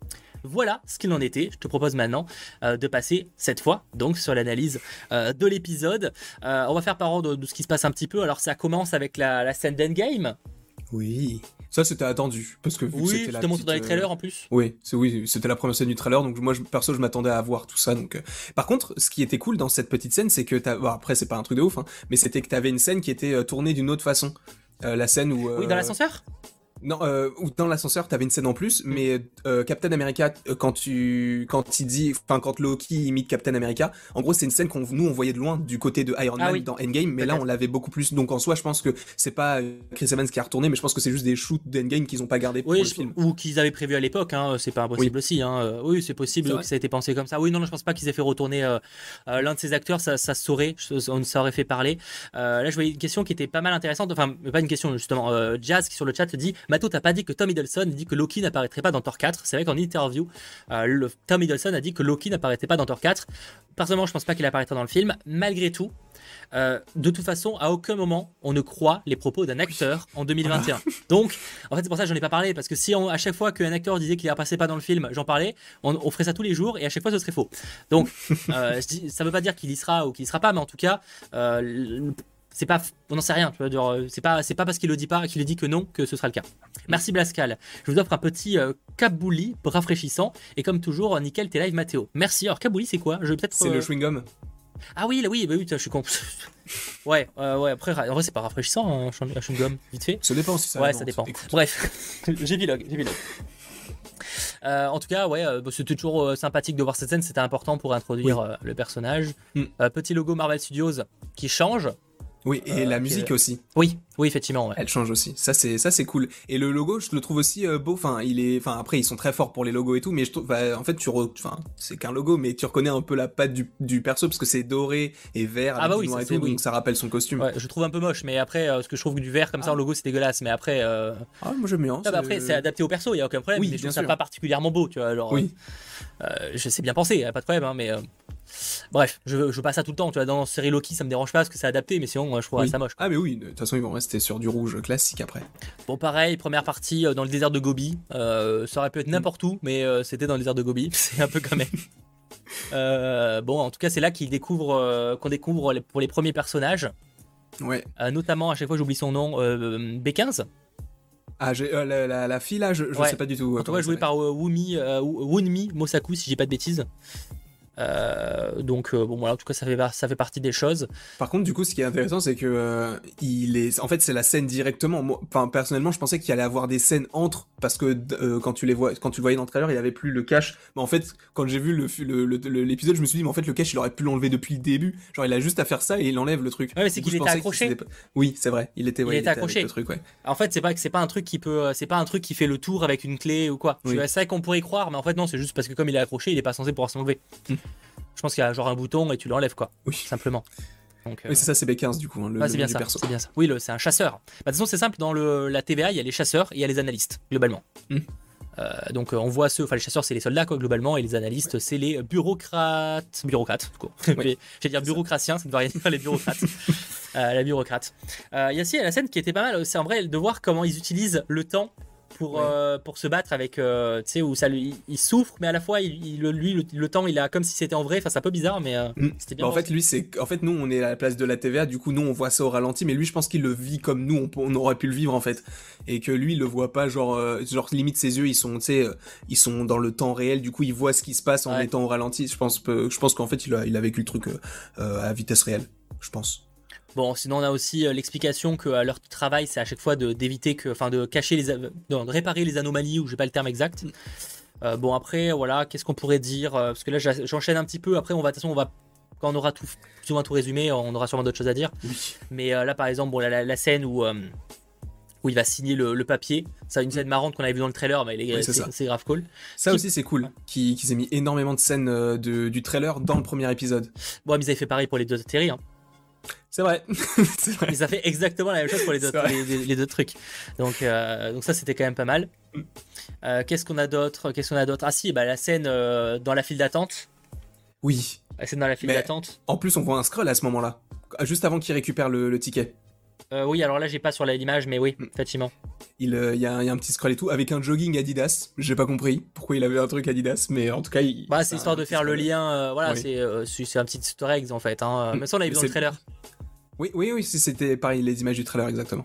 Voilà ce qu'il en était. Je te propose maintenant euh, de passer cette fois donc sur l'analyse euh, de l'épisode. Euh, on va faire part de, de ce qui se passe un petit peu. Alors ça commence avec la, la scène d'Endgame. Oui. Ça, c'était attendu, parce que vu que Oui, c'était la c'était montré petite, dans les euh, trailers en plus. Oui, c'est oui, c'était la première scène du trailer, donc moi, je, perso, je m'attendais à voir tout ça. Donc, euh. Par contre, ce qui était cool dans cette petite scène, c'est que t'as... Bon, après, c'est pas un truc de ouf, hein, mais c'était que t'avais une scène qui était euh, tournée d'une autre façon. Euh, la scène où... Oui, euh, dans l'ascenseur. Non, euh, ou dans l'ascenseur, t'avais une scène en plus, mais euh, Captain America, euh, quand tu, quand il dit, enfin quand Loki imite Captain America, en gros c'est une scène qu'on nous on voyait de loin du côté de Iron Ah Man oui. dans Endgame, mais là Peut-être. on l'avait beaucoup plus. Donc en soi, je pense que c'est pas euh, Chris Evans qui a retourné, mais je pense que c'est juste des shoots d'Endgame qu'ils ont pas gardé pour Oui, le je- film. ou qu'ils avaient prévu à l'époque, hein, c'est pas impossible aussi. Hein. Euh, Oui, c'est possible C'est que vrai. ça ait été pensé comme ça. Oui, non, non, je pense pas qu'ils aient fait retourner euh, euh, l'un de ces acteurs, ça, ça se saurait, je- on ça aurait fait parler. Euh, là, je voyais une question qui était pas mal intéressante, enfin, pas une question justement. Euh, Jazz qui sur le chat dit Mato, t'as pas dit que Tom Hiddleston dit que Loki n'apparaîtrait pas dans Thor quatre. C'est vrai qu'en interview, euh, le, Tom Hiddleston a dit que Loki n'apparaîtrait pas dans Thor quatre. Personnellement, je pense pas qu'il apparaîtra dans le film. Malgré tout, euh, de toute façon, à aucun moment on ne croit les propos d'un acteur en deux mille vingt et un. Donc, en fait, c'est pour ça que j'en ai pas parlé, parce que si on- à chaque fois qu'un acteur disait qu'il apparaissait pas dans le film, j'en parlais, on, on ferait ça tous les jours et à chaque fois ce serait faux. Donc, euh, je dis- ça veut pas dire qu'il y sera ou qu'il y sera pas, mais en tout cas, euh, le- c'est pas, on n'en sait rien. Tu vois, genre, euh, c'est pas, c'est pas parce qu'il le dit pas, qu'il le dit que non, que ce sera le cas. Merci Blascal. Je vous offre un petit euh, Kabouli rafraîchissant et comme toujours, nickel tes live Mathéo. Merci. Alors Kabouli, c'est quoi? Je vais peut-être. C'est euh, le chewing-gum. Ah oui, là, oui, bah oui, je suis con. ouais, euh, ouais, après, en vrai, c'est pas rafraîchissant, un chewing-gum, vite fait. Ça dépend si ça. Ouais, non, ça dépend. écoute. Bref, j'ai vlog, j'ai vlog. Euh, en tout cas, ouais, euh, bah, c'était toujours euh, sympathique de voir cette scène, c'était important pour introduire Oui. euh, le personnage. Mm. Euh, petit logo Marvel Studios qui change. Oui, et Euh, la qui musique est- aussi. Oui, oui, effectivement, ouais. Elle change aussi. Ça c'est ça c'est cool. Et le logo, je le trouve aussi euh, beau. Enfin, il est. Enfin, après ils sont très forts pour les logos et tout, mais je trouve. Bah, en fait, tu. Re... Enfin, c'est qu'un logo, mais tu reconnais un peu la patte du, du perso parce que c'est doré et vert Ah avec bah du oui, noir ça, et tout, c'est- oui. donc ça rappelle son costume. Ouais, je trouve un peu moche, mais après, euh, parce que je trouve que du vert comme ça Ah. en logo c'est dégueulasse, mais après, euh... Ah, moi j'aime bien. ah, bah, après c'est adapté au perso, il y a aucun problème, Oui, mais je bien trouve ça sûr. pas particulièrement beau, tu vois. Alors, Oui. euh, euh, je sais bien penser, y a pas de problème, hein, mais euh, bref, je, je passe ça tout le temps, tu vois. Dans la série Loki, ça me dérange pas parce que c'est adapté, mais sinon, moi, je trouve Oui. ça moche. Ah mais oui. De toute façon, ils vont rester sur du rouge classique après. Bon, pareil, première partie euh, dans le désert de Gobi. Euh, ça aurait pu être n'importe où, mais euh, c'était dans le désert de Gobi. C'est un peu quand même. Euh, bon, en tout cas, c'est là qu'il découvre, euh, qu'on découvre les- pour les premiers personnages. Ouais. Euh, notamment, à chaque fois, j'oublie son nom, euh, B quinze. Ah, j'ai, euh, la, la, la fille là, je, je Ouais. sais pas du tout. En tout cas, joué par euh, Wumi, euh, Wunmi Mosaku, si j'ai pas de bêtises. Euh, donc euh, bon voilà, en tout cas ça fait ça fait partie des choses. Par contre, du coup, ce qui est intéressant, c'est que euh, il est, en fait, c'est la scène directement. Moi, enfin, personnellement, je pensais qu'il allait avoir des scènes entre, parce que euh, quand tu les vois, quand tu le voyais dans le trailer, il y avait plus le cache. Mais en fait, quand j'ai vu le, le, le- le- l'épisode, je me suis dit, mais en fait, le cache, il aurait pu l'enlever depuis le début. Genre, il a juste à faire ça et il enlève le truc. Ouais, mais c'est Du coup, qu'il je était pensais accroché. qu'il s'était pas- Oui, c'est vrai. Il était, ouais, Il était avec accroché. le truc, ouais. En fait, c'est pas que c'est pas un truc qui peut, c'est pas un truc qui fait le tour avec une clé ou quoi. Oui. Tu vois, c'est vrai qu'on pourrait y croire, mais en fait non, c'est juste parce que comme il est accroché, il est pas censé pouvoir s'enlever. Hmm. Je pense qu'il y a genre un bouton et tu l'enlèves quoi, Oui. simplement. Donc, euh, Oui, c'est ça, c'est B quinze du coup, hein, le, ouais, le c'est nom bien du ça. perso. C'est bien ça. Oui, le- c'est un chasseur. Bah, de toute façon, c'est simple. Dans le, la T V A, il y a les chasseurs et il y a les analystes globalement. Hmm. Euh, donc euh, on voit ceux, enfin les chasseurs c'est les soldats quoi globalement et les analystes c'est les bureaucrates, bureaucrates. Quoi. Oui. J'allais dire bureaucratiens, ça ne veut rien dire les bureaucrates. euh, la bureaucrate. Euh, Il y a aussi la scène qui était pas mal, c'est en vrai de voir comment ils utilisent le temps pour, Ouais. euh, pour se battre avec, euh, tu sais, où ça lui, il souffre, mais à la fois, il, il- lui, le, le temps, il a comme si c'était en vrai. Enfin, c'est un peu bizarre, mais euh, Mm. c'était bien. Bah, en fait, pensé. lui, c'est. En fait, nous, on est à la place de la T V A, du coup, nous, on voit ça au ralenti, mais lui, je pense qu'il le vit comme nous, on, peut- on aurait pu le vivre, en fait. Et que lui, il le voit pas, genre, euh, genre limite, ses yeux, ils sont, tu sais, euh, ils sont dans le temps réel, du coup, il voit ce qui se passe en Ouais. étant au ralenti. Je pense, que- je pense qu'en fait, il a, il a vécu le truc euh, euh, à vitesse réelle, je pense. Bon, sinon, on a aussi euh, l'explication que euh, leur travail, c'est à chaque fois de, d'éviter que, enfin, de cacher les, a- non, de réparer les anomalies, ou j'ai pas le terme exact. Euh, bon, après, voilà, qu'est-ce qu'on pourrait dire euh, parce que là, j'a- j'enchaîne un petit peu. Après, on va, de toute façon, on va. Quand on aura tout, plus ou moins tout résumé, on aura sûrement d'autres choses à dire. Oui. Mais euh, là, par exemple, bon, la, la- la scène où, euh, où il va signer le, le papier, c'est une scène marrante qu'on avait vu dans le trailer, mais elle est- Oui, c'est c'est, ça. c'est grave cool. Ça Qui- aussi, c'est cool, qu'ils qu'ils aient mis énormément de scènes euh, de, du trailer dans le premier épisode. Bon, mais ils avaient fait pareil pour les deux séries. Hein. C'est vrai. c'est vrai. Mais ça fait exactement la même chose pour les C'est autres, vrai. les, les- les deux trucs. Donc, euh, donc ça, c'était quand même pas mal. Euh, qu'est-ce qu'on a d'autre Qu'est-ce qu'on a d'autre Ah si, bah, la scène euh, dans la file d'attente. Oui. La scène dans la file Mais- d'attente. En plus, on voit un scroll à ce moment-là, juste avant qu'il récupère le, le ticket. Euh, oui, alors là, j'ai pas sur la- l'image, mais oui, Mm. effectivement. Il euh, y, a un- il y a un petit scroll et tout, avec un jogging Adidas. J'ai pas compris pourquoi il avait un truc Adidas, mais en tout cas, il. Bah, c'est histoire de faire le lien. euh, voilà, Oui. c'est, euh, c'est c'est un petit easter egg en fait. Hein. Mais ça, on l'a vu dans le C'est- trailer. Oui, oui, oui, si, c'était pareil, les images du trailer, exactement.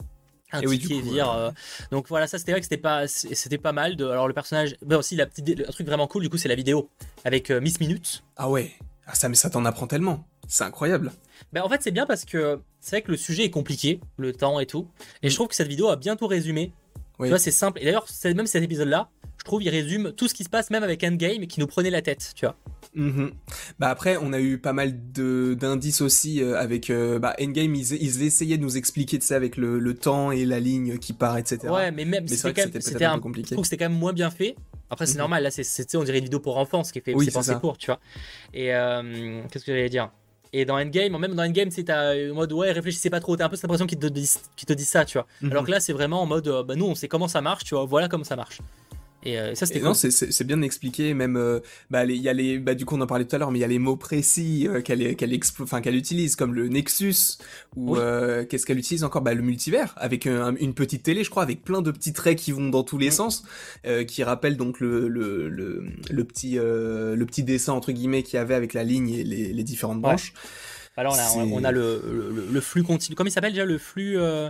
Un Et oui, ticket du coup, vire. euh, euh, Donc voilà, ça c'était vrai que c'était pas, c'était pas mal. De... Alors le personnage, bah aussi la petite, un truc vraiment cool du coup, c'est la vidéo avec euh, Miss Minute. Ah ouais, ah, ça, mais ça t'en apprend tellement. C'est incroyable. Bah en fait c'est bien parce que c'est vrai que le sujet est compliqué, le temps et tout. Et je trouve que cette vidéo a bientôt résumé. Oui. Tu vois, c'est simple. Et d'ailleurs, c'est- même cet épisode-là, je trouve, il résume tout ce qui se passe, même avec Endgame, qui nous prenait la tête, tu vois. Mhm. Bah après, on a eu pas mal de d'indices aussi euh, avec euh, bah, Endgame. Ils, ils essayaient de nous expliquer de ça avec le, le temps et la ligne qui part, et cetera. Ouais, mais même, Mais c'est c'était vrai que quand même, c'était c'était peut-être un un, peu compliqué. je trouve que c'était quand même moins bien fait. Après, c'est Mhm. normal, là, c'est, c'est, tu sais, on dirait une vidéo pour enfants, ce qui est fait, Oui, c'est c'est pensé ça. pour, tu vois. Et euh, qu'est-ce que j'allais dire Et dans Endgame, même dans Endgame, c'est en mode ouais, réfléchissez pas trop, t'as un peu cette impression qu'ils te disent, qu'ils te disent ça, tu vois. Mhm. Alors que là, c'est vraiment en mode euh, bah nous, on sait comment ça marche, tu vois, voilà comment ça marche. Et euh, ça, c'était Et cool. non, c'est- c'est c'est bien expliqué, même, euh, bah, les- il y a les, bah, du coup, on en parlait tout à l'heure, mais il y a les mots précis euh, qu'elle qu'elle explo- enfin, qu'elle utilise, comme le Nexus, ou Oui. euh, qu'est-ce qu'elle utilise encore, bah, le multivers, avec un- une petite télé, je crois, avec plein de petits traits qui vont dans tous les Mm. sens, euh, qui rappellent donc le, le, le, le petit, euh, le petit dessin, entre guillemets, qu'il y avait avec la ligne et les, les différentes Ouais. branches. Alors là, on a, c'est- on a le, le, le flux continu. Comment il s'appelle déjà le flux euh,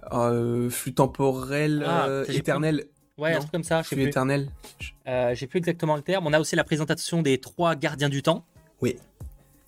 Euh, flux temporel, Ah, euh, j'ai plus- éternel. Ouais, un Non, truc comme ça, je sais Flux plus. éternel. Euh, j'ai plus exactement le terme. On a aussi la présentation des trois gardiens du temps. Oui.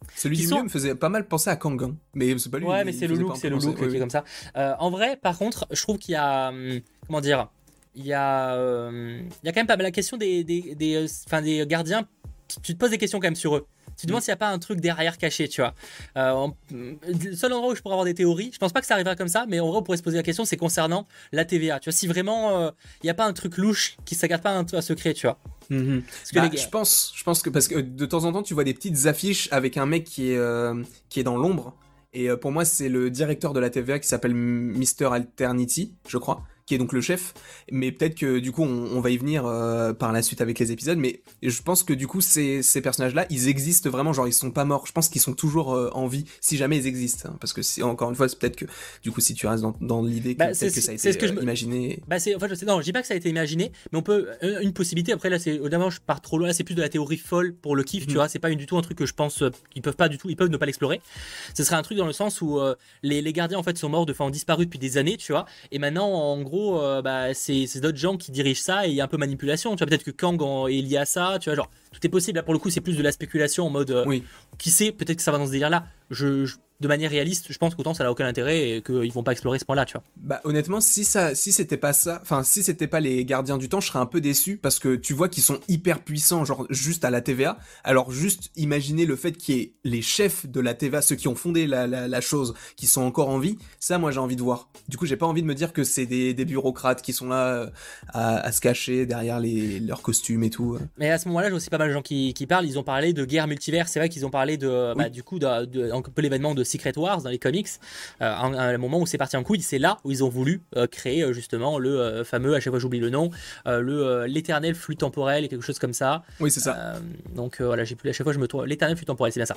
Celui qui du sont- milieu me faisait pas mal penser à Kang, hein. Mais c'est pas lui. Ouais, il- mais il c'est le faisait look, pas un c'est peu le penser- look oui, qui est oui. comme ça. Euh, en vrai, par contre, je trouve qu'il y a, hum, comment dire, il y a, euh, il y a quand même pas mal la question des, des, des, euh, enfin, des gardiens. Tu tu te poses des questions quand même sur eux. Tu te demandes Mm. s'il n'y a pas un truc derrière caché, tu vois. Euh, en- le seul endroit où je pourrais avoir des théories, je pense pas que ça arrivera comme ça, mais en vrai, on pourrait se poser la question, c'est concernant la T V A. Tu vois, si vraiment euh, il n'y a pas un truc louche qui ne se garde pas un, un secret, tu vois. Mhm. Parce que Bah, les gars- je pense, je pense que parce que de temps en temps, tu vois des petites affiches avec un mec qui est euh, qui est dans l'ombre. Et euh, pour moi, c'est le directeur de la T V A qui s'appelle Mister Alternity, je crois, qui est donc le chef. Mais peut-être que du coup, on, on va y venir euh, par la suite avec les épisodes. Mais je pense que du coup, ces, ces personnages-là, ils existent vraiment. Genre, ils sont pas morts. Je pense qu'ils sont toujours euh, en vie, si jamais ils existent. Hein. Parce que si, encore une fois, c'est peut-être que du coup, si tu restes dans, dans l'idée que Bah, peut-être c'est- que ça a c'est été ce que je euh, me- imaginé. Bah c'est, enfin, je sais, non, je dis pas que ça a été imaginé, mais on peut, une une possibilité, après là, c'est, évidemment, je pars trop loin, là, c'est plus de la théorie folle pour le kiff, tu Mhm. vois, c'est pas du tout un truc que je pense euh, qu'ils peuvent pas du tout, ils peuvent ne pas l'explorer. Ce serait un truc dans le sens où euh, les, les gardiens, en fait, sont morts, de, enfin, ont disparu depuis des années, tu vois, et maintenant, en gros, euh, bah, c'est, c'est d'autres gens qui dirigent ça, et il y a un peu manipulation, tu vois, peut-être que Kang en- est lié à ça, tu vois, genre, tout est possible, là, pour le coup, c'est plus de la spéculation en mode, euh, Oui. qui sait, peut-être que ça va dans ce délire-là, je, je- de manière réaliste, je pense qu'autant ça n'a aucun intérêt et qu'ils vont pas explorer ce point-là, tu vois. Bah honnêtement, si ça, si c'était pas ça, enfin si c'était pas les gardiens du temps, je serais un peu déçu parce que tu vois qu'ils sont hyper puissants, genre juste à la T V A. Alors juste imaginer le fait qu'il y ait les chefs de la T V A, ceux qui ont fondé la, la, la chose, qui sont encore en vie, ça moi j'ai envie de voir. Du coup j'ai pas envie de me dire que c'est des, des bureaucrates qui sont là euh, à, à se cacher derrière les, leurs costumes et tout. Mais à ce moment-là, j'ai aussi pas mal de gens qui, qui parlent. Ils ont parlé de guerre multivers. C'est vrai qu'ils ont parlé de, bah, Oui. du coup, de, de- un peu l'événement de Secret Wars dans les comics. Euh, à un, à un moment où c'est parti en couille, c'est là où ils ont voulu euh, créer euh, justement le euh, fameux, à chaque fois j'oublie le nom, euh, le euh, l'éternel flux temporel et quelque chose comme ça. Oui c'est ça. Euh, donc euh, voilà, j'ai plus à chaque fois je me trouve l'éternel flux temporel, c'est bien ça.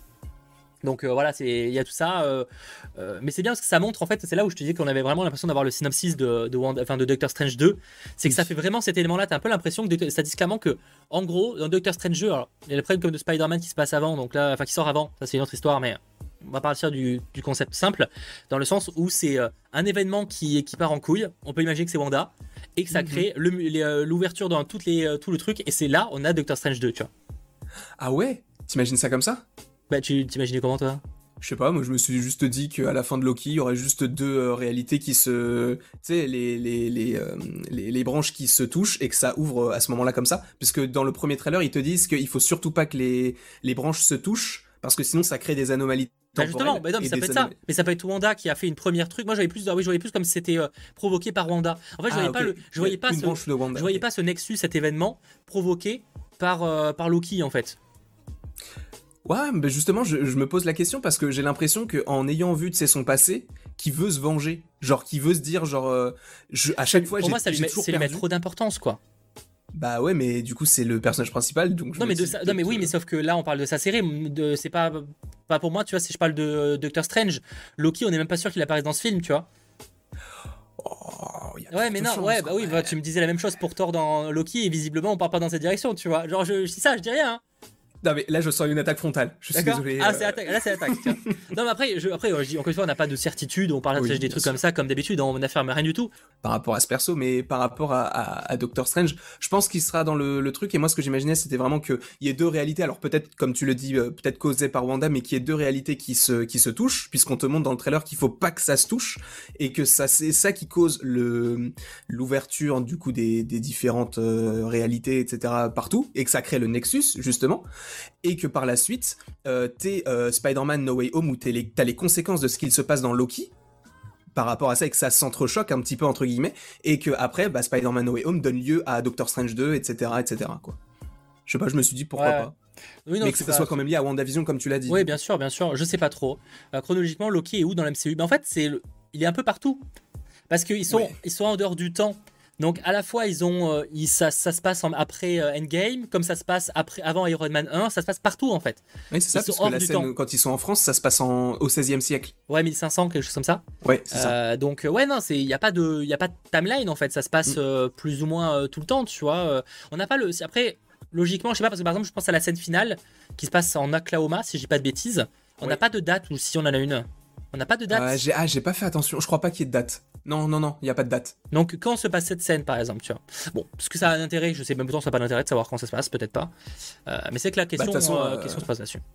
Donc euh, voilà, c'est il y a tout ça, euh, euh, mais c'est bien parce que ça montre en fait, c'est là où je te disais qu'on avait vraiment l'impression d'avoir le synopsis de de, Wanda- enfin, de Doctor Strange deux, c'est que ça fait vraiment cet élément-là. T'as un peu l'impression que ça dit clairement que, en gros, dans Doctor Strange deux, alors, il y a le problème comme de Spider-Man qui se passe avant, donc là, enfin qui sort avant, ça c'est une autre histoire, mais on va partir du, du concept simple, dans le sens où c'est euh, un événement qui, qui part en couille. On peut imaginer que c'est Wanda et que ça Mhm. crée le- les, euh, l'ouverture dans toutes les, euh, tout le truc, et c'est là on a Doctor Strange deux, tu vois. Ah ouais, t'imagines ça comme ça? Bah tu t'imaginais comment toi? Je sais pas, moi je me suis juste dit qu'à la fin de Loki, il y aurait juste deux euh, réalités qui se... Tu sais, les, les, les, euh, les, les branches qui se touchent et que ça ouvre euh, à ce moment-là comme ça. Puisque dans le premier trailer, ils te disent qu'il faut surtout pas que les, les branches se touchent, parce que sinon ça crée des anomalies Bah temporelles. justement, bah non, mais et ça des peut être ça. anomalies- Mais ça peut être Wanda qui a fait une première truc. Moi, j'avais plus, ah oui, je voyais plus comme si c'était euh, provoqué par Wanda. En fait, je Ah, voyais ok. pas le, je voyais pas Une ce, branche de Wanda, je voyais ok. pas ce nexus, cet événement provoqué par euh, par Loki en fait. Ouais, mais justement, je, je me pose la question parce que j'ai l'impression qu'en ayant vu, tu sais, son passé, qu'il veut se venger. Genre, qu'il veut se dire, genre, euh, je, à chaque fois, Pour j'ai moi, ça lui j'ai met, toujours c'est lui perdu. mettre trop d'importance, quoi. Bah ouais, mais du coup, c'est le personnage principal, donc je Non me mais de dis ça, non mais oui, peut-être, mais sauf que là, on parle de sa série. De, c'est pas pas pour moi, tu vois. Si je parle de euh, Doctor Strange, Loki, on n'est même pas sûr qu'il apparaisse dans ce film, tu vois. Oh, y a Ouais, de mais fortes non, chances, ouais, quoi. bah oui, bah, tu me disais la même chose pour Thor dans Loki et visiblement, on part pas dans cette direction, tu vois. Genre, je, je dis ça, je dis rien. Hein. Non mais là je sens une attaque frontale. Je suis D'accord. désolé. Ah, euh, c'est attaque. Là, c'est attaque. tiens. Non, mais après, je, après, je dis, encore une fois, on n'a pas de certitude. On parle Oui, des bien trucs sûr. comme ça, comme d'habitude. On n'affirme rien du tout. par rapport à ce perso, mais par rapport à, à, à Doctor Strange, je pense qu'il sera dans le, le truc. Et moi, ce que j'imaginais, c'était vraiment qu'il y ait deux réalités. Alors peut-être, comme tu le dis, euh, peut-être causées par Wanda, mais qu'il y ait deux réalités qui se qui se touchent, puisqu'on te montre dans le trailer qu'il faut pas que ça se touche et que ça c'est ça qui cause le l'ouverture du coup des des différentes euh, réalités, et cetera partout, et que ça crée le Nexus justement, et que par la suite, euh, t'es euh, Spider-Man No Way Home où t'es les, t'as les conséquences de ce qu'il se passe dans Loki par rapport à ça et que ça s'entrechoque un petit peu entre guillemets et que après bah, Spider-Man No Way Home donne lieu à Doctor Strange deux, etc., etc., quoi. Je sais pas, je me suis dit pourquoi Ouais. pas, Oui, non, mais que c'est ça pas- soit quand même lié à WandaVision comme tu l'as dit. Oui, bien sûr, bien sûr. Je sais pas trop. Euh, chronologiquement, Loki est où dans l'M C U? Ben, en fait, c'est le- il est un peu partout. Parce qu'ils sont, Ouais. ils sont en dehors du temps. Donc, à la fois, ils ont, euh, ils- ça, ça se passe en- après euh, Endgame, comme ça se passe après, avant Iron Man un, ça se passe partout en fait. Oui, c'est ça, Ils sont parce hors que la du scène temps. quand ils sont en France, ça se passe en, au seizième siècle. Ouais, mille cinq cents, quelque chose comme ça. Ouais, c'est ça. Euh, donc, euh, ouais, non, il n'y a, pas de- y a pas de timeline en fait, ça se passe Mm. euh, plus ou moins euh, tout le temps, tu vois. Euh, on n'a pas le. si- Après, logiquement, je sais pas, parce que par exemple, je pense à la scène finale qui se passe en Oklahoma, si je dis pas de bêtises. On n'a Ouais. pas de date, ou si on en a une. On n'a pas de date. Euh, j'ai, ah, j'ai pas fait attention. Je crois pas qu'il y ait de date. Non, non, non, il y a pas de date. Donc quand se passe cette scène par exemple, tu vois. Bon, parce que ça a un intérêt, je sais même pas, ça n'a pas d'intérêt de savoir quand ça se passe, peut-être pas. Euh, mais c'est que la question, de toute façon, euh, euh, question se pose là-dessus.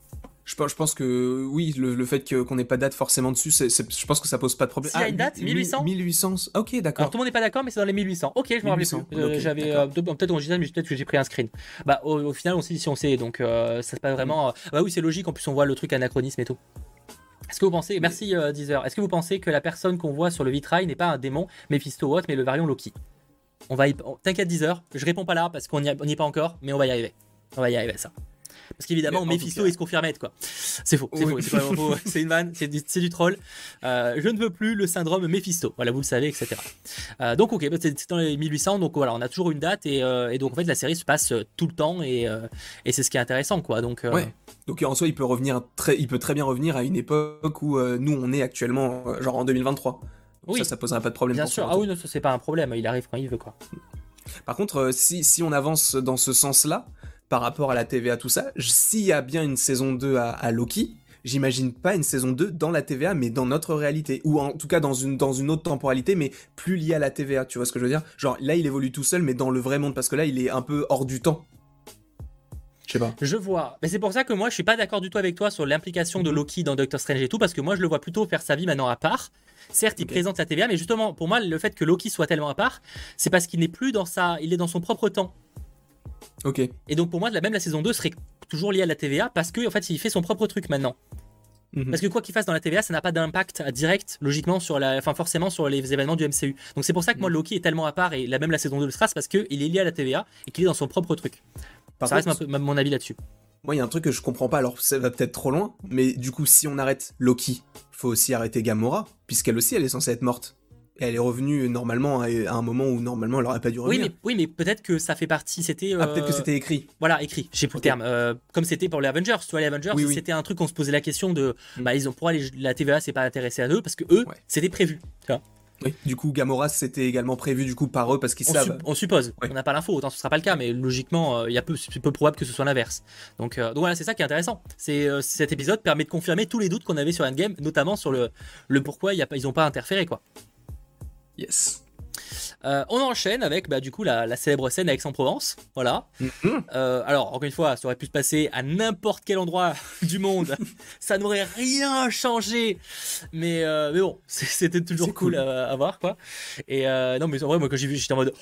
Je pense, je pense que oui, le, le fait que, qu'on n'ait pas de date forcément dessus, c'est, c'est, je pense que ça pose pas de problème. S'il y a une date, mille huit cents mille huit cents, ok, Alors d'accord. tout le monde n'est pas d'accord, mais c'est dans les mille huit cents. Ok, je me rappelais plus. mille huit cents, Euh, ok, J'avais d'accord. euh, peut- peut-être on disait, mais peut-être que j'ai pris un screen. Bah au, au final on sait si on sait, donc euh, ça c'est pas vraiment. euh, Bah oui, c'est logique. En plus on voit le truc anachronisme et tout. Est-ce que vous pensez, merci euh, Deezer, est-ce que vous pensez que la personne qu'on voit sur le vitrail n'est pas un démon, Mephisto ou autre, mais le variant Loki? On va y... on- T'inquiète Deezer, je réponds pas là parce qu'on n'y est pas encore, mais on va y arriver. On va y arriver à ça. Parce qu'évidemment, Mais en Mephisto tout cas- est confirmé, quoi. C'est faux, c'est Oui. faux, c'est complètement faux. C'est une vanne, c'est du, c'est du troll. Euh, je ne veux plus le syndrome Mephisto. Voilà, vous le savez, et cetera. Euh, donc, ok, bah, c'est c'est dans les mille huit cents, donc voilà, on a toujours une date et, euh, et donc en fait, la série se passe euh, tout le temps et, euh, et c'est ce qui est intéressant, quoi. Donc, euh, Ouais. Donc en soi, il peut revenir très, il peut très bien revenir à une époque où euh, nous on est actuellement, euh, genre en deux mille vingt-trois. Donc Oui. ça, ça poserait pas de problème. bien pour sûr. son Ah retour. oui, non, ça, c'est pas un problème. Il arrive quand il veut, quoi. Par contre, euh, si, si on avance dans ce sens-là, par rapport à la T V A, tout ça, j- s'il y a bien une saison deux à, à Loki, j'imagine pas une saison deux dans la T V A, mais dans notre réalité. Ou en tout cas dans une, dans une autre temporalité, mais plus liée à la T V A, tu vois ce que je veux dire? Genre là, il évolue tout seul, mais dans le vrai monde, parce que là, il est un peu hors du temps. Je sais pas. Je vois. Mais c'est pour ça que moi, je suis pas d'accord du tout avec toi sur l'implication de Loki dans Doctor Strange et tout, parce que moi, je le vois plutôt faire sa vie maintenant à part. Certes, il Ok. présente la T V A, mais justement, pour moi, le fait que Loki soit tellement à part, c'est parce qu'il n'est plus dans sa, il est dans son propre temps. Ok. Et donc pour moi, la- même la saison deux serait toujours liée à la T V A parce que en fait, il fait son propre truc maintenant. Mhm. Parce que quoi qu'il fasse dans la T V A, ça n'a pas d'impact direct, logiquement, sur la, enfin forcément sur les événements du M C U. Donc c'est pour ça que moi, Loki est tellement à part et la même la saison deux le sera, c'est parce qu'il est lié à la T V A et qu'il est dans son propre truc. Par ça reste contre, un peu ma- mon avis là-dessus. moi, il y a un truc que je comprends pas, alors ça va peut-être trop loin, mais du coup, si on arrête Loki, faut aussi arrêter Gamora, puisqu'elle aussi, elle est censée être morte. Et elle est revenue normalement à à un moment où normalement elle aurait pas dû Oui, revenir. mais, oui, mais peut-être que ça fait partie. C'était. Ah, peut-être que euh, c'était écrit. Voilà, écrit, j'ai plus Ok. le terme. Euh, comme c'était pour les Avengers, tu vois, les Avengers, Oui, oui. c'était un truc, on se posait la question de. Mm. Bah, ils ont, pourquoi les- la T V A s'est pas intéressée à eux Parce que eux, Ouais. c'était prévu. Tu vois. Oui. Du coup, Gamora, c'était également prévu du coup par eux parce qu'ils On, savent. sup- on suppose, Ouais. on n'a pas l'info, autant ce sera pas le cas, mais logiquement, euh, il y a peu, c'est peu probable que ce soit l'inverse. Donc, euh, donc voilà, c'est ça qui est intéressant. C'est euh, cet épisode permet de confirmer tous les doutes qu'on avait sur Endgame, notamment sur le, le pourquoi il y a pas, ils n'ont pas interféré, quoi. Yes. Euh, on enchaîne avec bah, du coup la, la célèbre scène avec Aix-en-Provence, voilà. Mhm. Euh, alors encore une fois, ça aurait pu se passer à n'importe quel endroit du monde, ça n'aurait rien changé, mais, euh, mais bon, c'est- c'était toujours C'est cool, cool. à, à voir quoi. Et euh, non mais en vrai moi quand j'ai vu j'étais en mode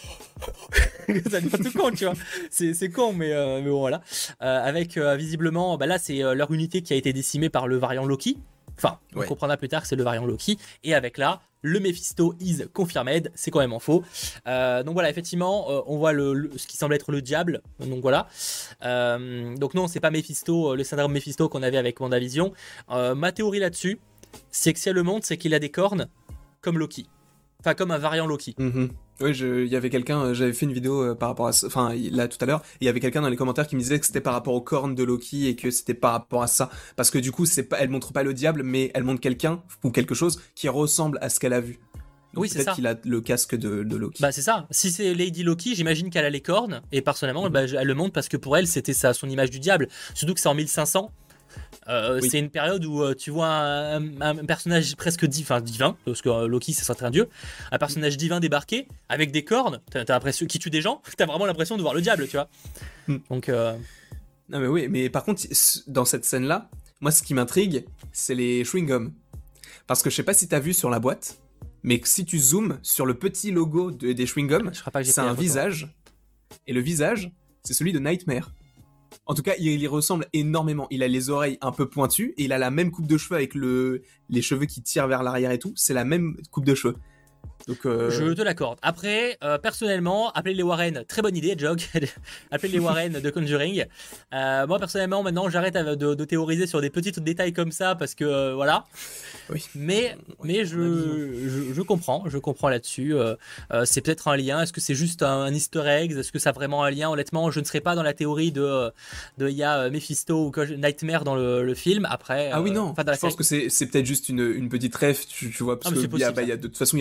ça devient tout con tu vois, c'est c'est con mais, euh, mais bon voilà. Euh, avec euh, visiblement, bah là c'est euh, leur unité qui a été décimée par le variant Loki. Enfin, on Ouais. comprendra plus tard que c'est le variant Loki. Et avec là, le Mephisto is confirmed. C'est quand même en faux. Euh, donc voilà, effectivement, euh, on voit le, le- ce qui semble être le diable. Donc voilà. Euh, donc non, c'est pas Mephisto, euh, le syndrome Mephisto qu'on avait avec WandaVision. Euh, ma théorie là-dessus, c'est que si elle le montre, c'est qu'il a des cornes comme Loki. Enfin, comme un variant Loki. Mhm. Oui, je- il y avait quelqu'un, euh, j'avais fait une vidéo euh, par rapport à ça, enfin il- là tout à l'heure, et il y avait quelqu'un dans les commentaires qui me disait que c'était par rapport aux cornes de Loki et que c'était par rapport à ça, parce que du coup c'est pas, elle montre pas le diable, mais elle montre quelqu'un ou quelque chose qui ressemble à ce qu'elle a vu. Donc Oui, c'est peut-être ça. qu'il a le casque de, de Loki. Bah c'est ça. Si c'est Lady Loki, j'imagine qu'elle a les cornes. Et personnellement, bah, je- elle le montre parce que pour elle, c'était ça, son image du diable. Surtout que c'est en mille cinq cents. Euh, Oui. C'est une période où euh, tu vois un, un personnage presque di- enfin, divin, parce que euh, Loki c'est certain un dieu, un personnage divin débarquer avec des cornes, t'as t'as l'impression qui tue des gens, t'as vraiment l'impression de voir le diable, tu vois. Hmm. Donc euh, Non mais oui, mais par contre dans cette scène là, moi ce qui m'intrigue, c'est les chewing gums, parce que je sais pas si t'as vu sur la boîte, mais si tu zoomes sur le petit logo de- des chewing gums, je crois pas que j'ai c'est pris la un photo. visage, et le visage, c'est celui de Nightmare. En tout cas, il, il y ressemble énormément. Il a les oreilles un peu pointues, et il a la même coupe de cheveux avec le, les cheveux qui tirent vers l'arrière et tout. C'est la même coupe de cheveux. Donc, euh, Je te l'accorde. Après, euh, personnellement, appeler les Warren, très bonne idée, Jog. Appeler les Warren de Conjuring. Euh, moi, personnellement, maintenant, j'arrête de, de théoriser sur des petits détails comme ça parce que euh, voilà. Oui. Mais, mais on je, a je, je comprends, je comprends là-dessus. Euh, euh, c'est peut-être un lien. Est-ce que c'est juste un, un Easter egg? Est-ce que ça a vraiment un lien? Honnêtement, je ne serais pas dans la théorie de de il y a euh, Mephisto ou Coj- Nightmare dans le, le film. Après, Ah oui, euh, non. enfin, dans la Je pense série. que c'est, c'est peut-être juste une, une petite ref, tu, tu vois, parce Ah, mais que c'est il y a- possible, bah, il y a, de toute façon, il y a tellement de gens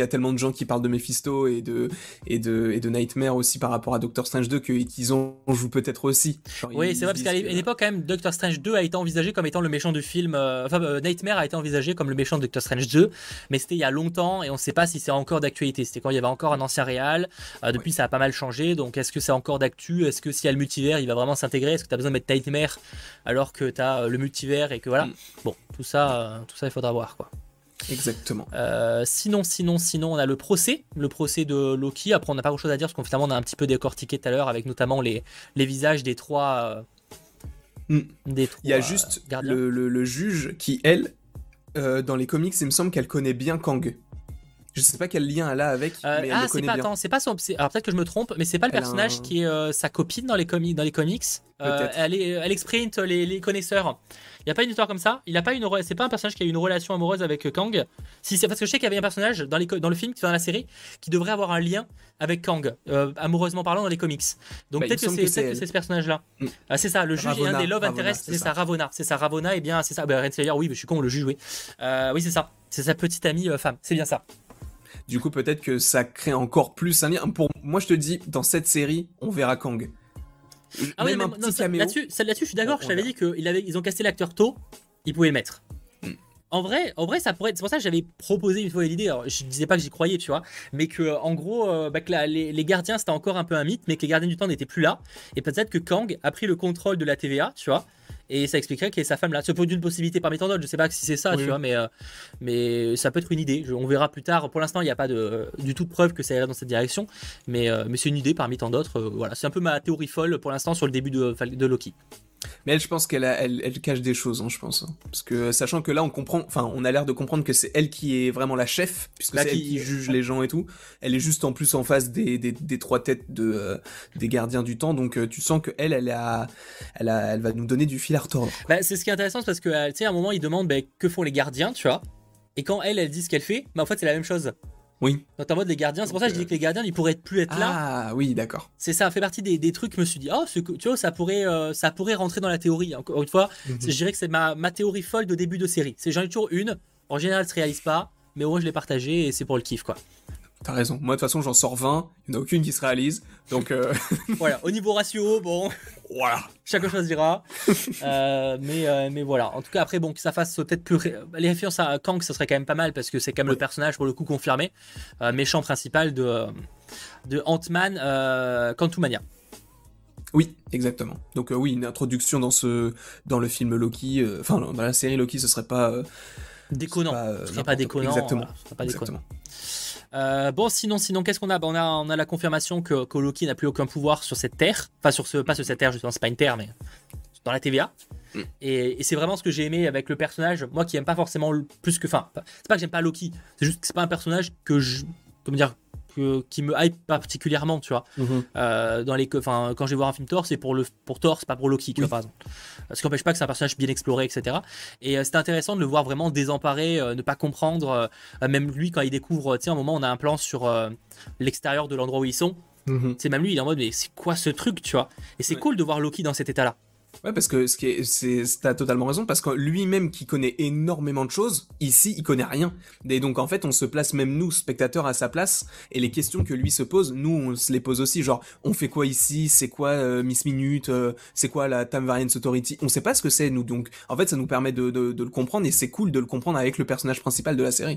gens qui parlent de Mephisto et de, et de, et de Nightmare aussi par rapport à Doctor Strange deux que, qu'ils en jouent peut-être aussi. Genre, Oui, ils c'est vrai, parce disent qu'à que- une époque, quand même, Doctor Strange deux a été envisagé comme étant le méchant du film. euh, Enfin, euh, Nightmare a été envisagé comme le méchant de Doctor Strange deux, mais c'était il y a longtemps et on ne sait pas si c'est encore d'actualité. C'était quand il y avait encore un ancien réal. Euh, depuis, ça a pas mal changé. Donc, est-ce que c'est encore d'actu? Est-ce que s'il y a le multivers, il va vraiment s'intégrer? Est-ce que tu as besoin de mettre Nightmare alors que tu as le multivers et que voilà? Mm. Bon, tout ça, euh, tout ça, il faudra voir, quoi. Exactement. Euh, sinon, sinon, sinon, on a le procès, le procès de Loki. Après, on n'a pas grand-chose à dire parce qu'on finalement on a un petit peu décortiqué tout à l'heure avec notamment les, les visages des trois. Euh, Mm. des trois Il y a juste euh, gardiens. le, le, le juge qui, elle, euh, dans les comics, il me semble qu'elle connaît bien Kang. Je sais pas quel lien elle a avec, Euh, mais elle ah, le c'est connaît pas, bien. attends, c'est pas son. c'est- Alors peut-être que je me trompe, mais c'est pas le Elle a personnage un- qui est euh, sa copine dans les, comi- dans les comics. Euh, Peut-être. elle, est, elle exprinte les, les connaisseurs. Il y a pas une histoire comme ça. Il a pas une. re- C'est pas un personnage qui a eu une relation amoureuse avec euh, Kang. Si c'est parce que je sais qu'il y avait un personnage dans, les, co- dans le film, dans la série, qui devrait avoir un lien avec Kang, euh, amoureusement parlant dans les comics. Donc Bah, il peut-être me que semble c'est que c'est peut-être que elle. c'est ce personnage-là. Mm. Ah, c'est ça. Le juge est Ravonna, un des love Ravonna, interest. c'est C'est ça. ça, Ravonna. C'est ça, Ravonna. Et bien, c'est ça. Bah, Renslayer, oui, mais je suis con. Le juge, oui. Euh, oui, c'est ça. C'est sa petite amie euh, femme. C'est bien ça. Du coup, peut-être que ça crée encore plus un lien. Pour moi, je te dis, dans cette série, on verra Kang. Ah oui, Même mais un non, petit ça- caméo. là-dessus, ça- là-dessus, je suis d'accord. On- Je on t'avais verra. dit qu'ils avaient, ils ont casté l'acteur tôt, ils pouvaient le mettre. Mm. En vrai, en vrai, ça pourrait. C'est pour ça que j'avais proposé une fois l'idée. Alors, je disais pas que j'y croyais, tu vois, mais que en gros, euh, bah, que la- les, les gardiens c'était encore un peu un mythe, mais que les gardiens du temps n'étaient plus là, et peut-être que Kang a pris le contrôle de la T V A, tu vois. Et ça expliquerait qu'il y ait sa femme là. C'est peut être une possibilité parmi tant d'autres. Je sais pas si c'est ça, Oui, tu oui. vois, mais, euh, mais ça peut être une idée. Je- on verra plus tard. Pour l'instant, il n'y a pas de, du tout de preuve que ça irait dans cette direction. Mais, euh, mais c'est une idée parmi tant d'autres. Euh, voilà, c'est un peu ma théorie folle pour l'instant sur le début de, de Loki. Mais elle, je pense qu'elle a- elle, elle cache des choses, hein, je pense. hein. Parce que sachant que là, on comprend, enfin, on a l'air de comprendre que c'est elle qui est vraiment la chef, puisque Là, c'est qui- elle qui juge les gens et tout. Elle est juste en plus en face des, des, des trois têtes de, euh, des gardiens du temps, donc euh, tu sens que elle, elle a, elle a, elle va nous donner du fil à retordre. Bah, c'est ce qui est intéressant, c'est parce que euh, tu sais, à un moment, il demande bah, que font les gardiens, tu vois. Et quand elle, elle dit ce qu'elle fait, bah en fait, c'est la même chose. Oui. Donc en mode les gardiens, c'est pour ça que je dis que les gardiens, ils pourraient plus être là. Ah oui, d'accord. C'est ça, fait partie des, des trucs. Je me suis dit, oh, ce que- tu vois, ça pourrait, euh, ça pourrait rentrer dans la théorie. Encore une fois, c'est- je dirais que c'est ma, ma théorie folle de début de série. C'est j'en ai toujours une. En général, elle se réalise pas, mais au moins je l'ai partagée et c'est pour le kiff, quoi. T'as raison. Moi, de toute façon, j'en sors vingt. Il n'y en a aucune qui se réalise. Donc, euh, Voilà, au niveau ratio, bon, voilà. chacun choisira. Euh, mais, euh, mais voilà. En tout cas, après, bon, que ça fasse peut-être plus. ré- Les références à Kang, ça serait quand même pas mal parce que c'est quand même le personnage, pour le coup, confirmé. Euh, méchant principal de, de Ant-Man, euh, Quantumania. Oui, exactement. Donc euh, oui, une introduction dans ce, dans le film Loki. euh, Enfin, dans la série Loki, ce serait pas. euh, Déconnant. ce serait pas, euh, Ce serait pas n'importe quoi. déconnant. Exactement. voilà, ce serait pas déconnant. Exactement. Euh, bon, sinon, sinon, qu'est-ce qu'on a? Bah, on a, on a la confirmation que, que Loki n'a plus aucun pouvoir sur cette terre. Enfin, sur ce, pas sur cette terre, justement, c'est pas une terre, mais dans la T V A. Mm. Et, et c'est vraiment ce que j'ai aimé avec le personnage. Moi qui aime pas forcément le- plus que. Enfin, pas- c'est pas que j'aime pas Loki, c'est juste que c'est pas un personnage que je. Comment dire? Que, qui me hype particulièrement, tu vois. Mhm. Euh, dans les, enfin, quand je vais voir un film Thor, c'est pour le pour Thor, c'est pas pour Loki, tu Oui. vois, par exemple. Ce qui n'empêche pas que c'est un personnage bien exploré, et cetera. Et euh, c'était intéressant de le voir vraiment désemparé, euh, ne pas comprendre. euh, même lui, quand il découvre, tu sais, à un moment, on a un plan sur euh, l'extérieur de l'endroit où ils sont. Mhm. C'est même lui, il est en mode, mais c'est quoi ce truc, tu vois? Et c'est Ouais. cool de voir Loki dans cet état-là. Ouais, parce que ce qui est, c'est, t'as totalement raison, parce que lui-même qui connaît énormément de choses, ici, il connaît rien. Et donc, en fait, on se place même nous, spectateurs, à sa place, et les questions que lui se pose, nous, on se les pose aussi, genre, on fait quoi ici? C'est quoi euh, Miss Minute? euh, C'est quoi la Time Variance Authority? On sait pas ce que c'est, nous, donc, en fait, ça nous permet de, de, de le comprendre, et c'est cool de le comprendre avec le personnage principal de la série.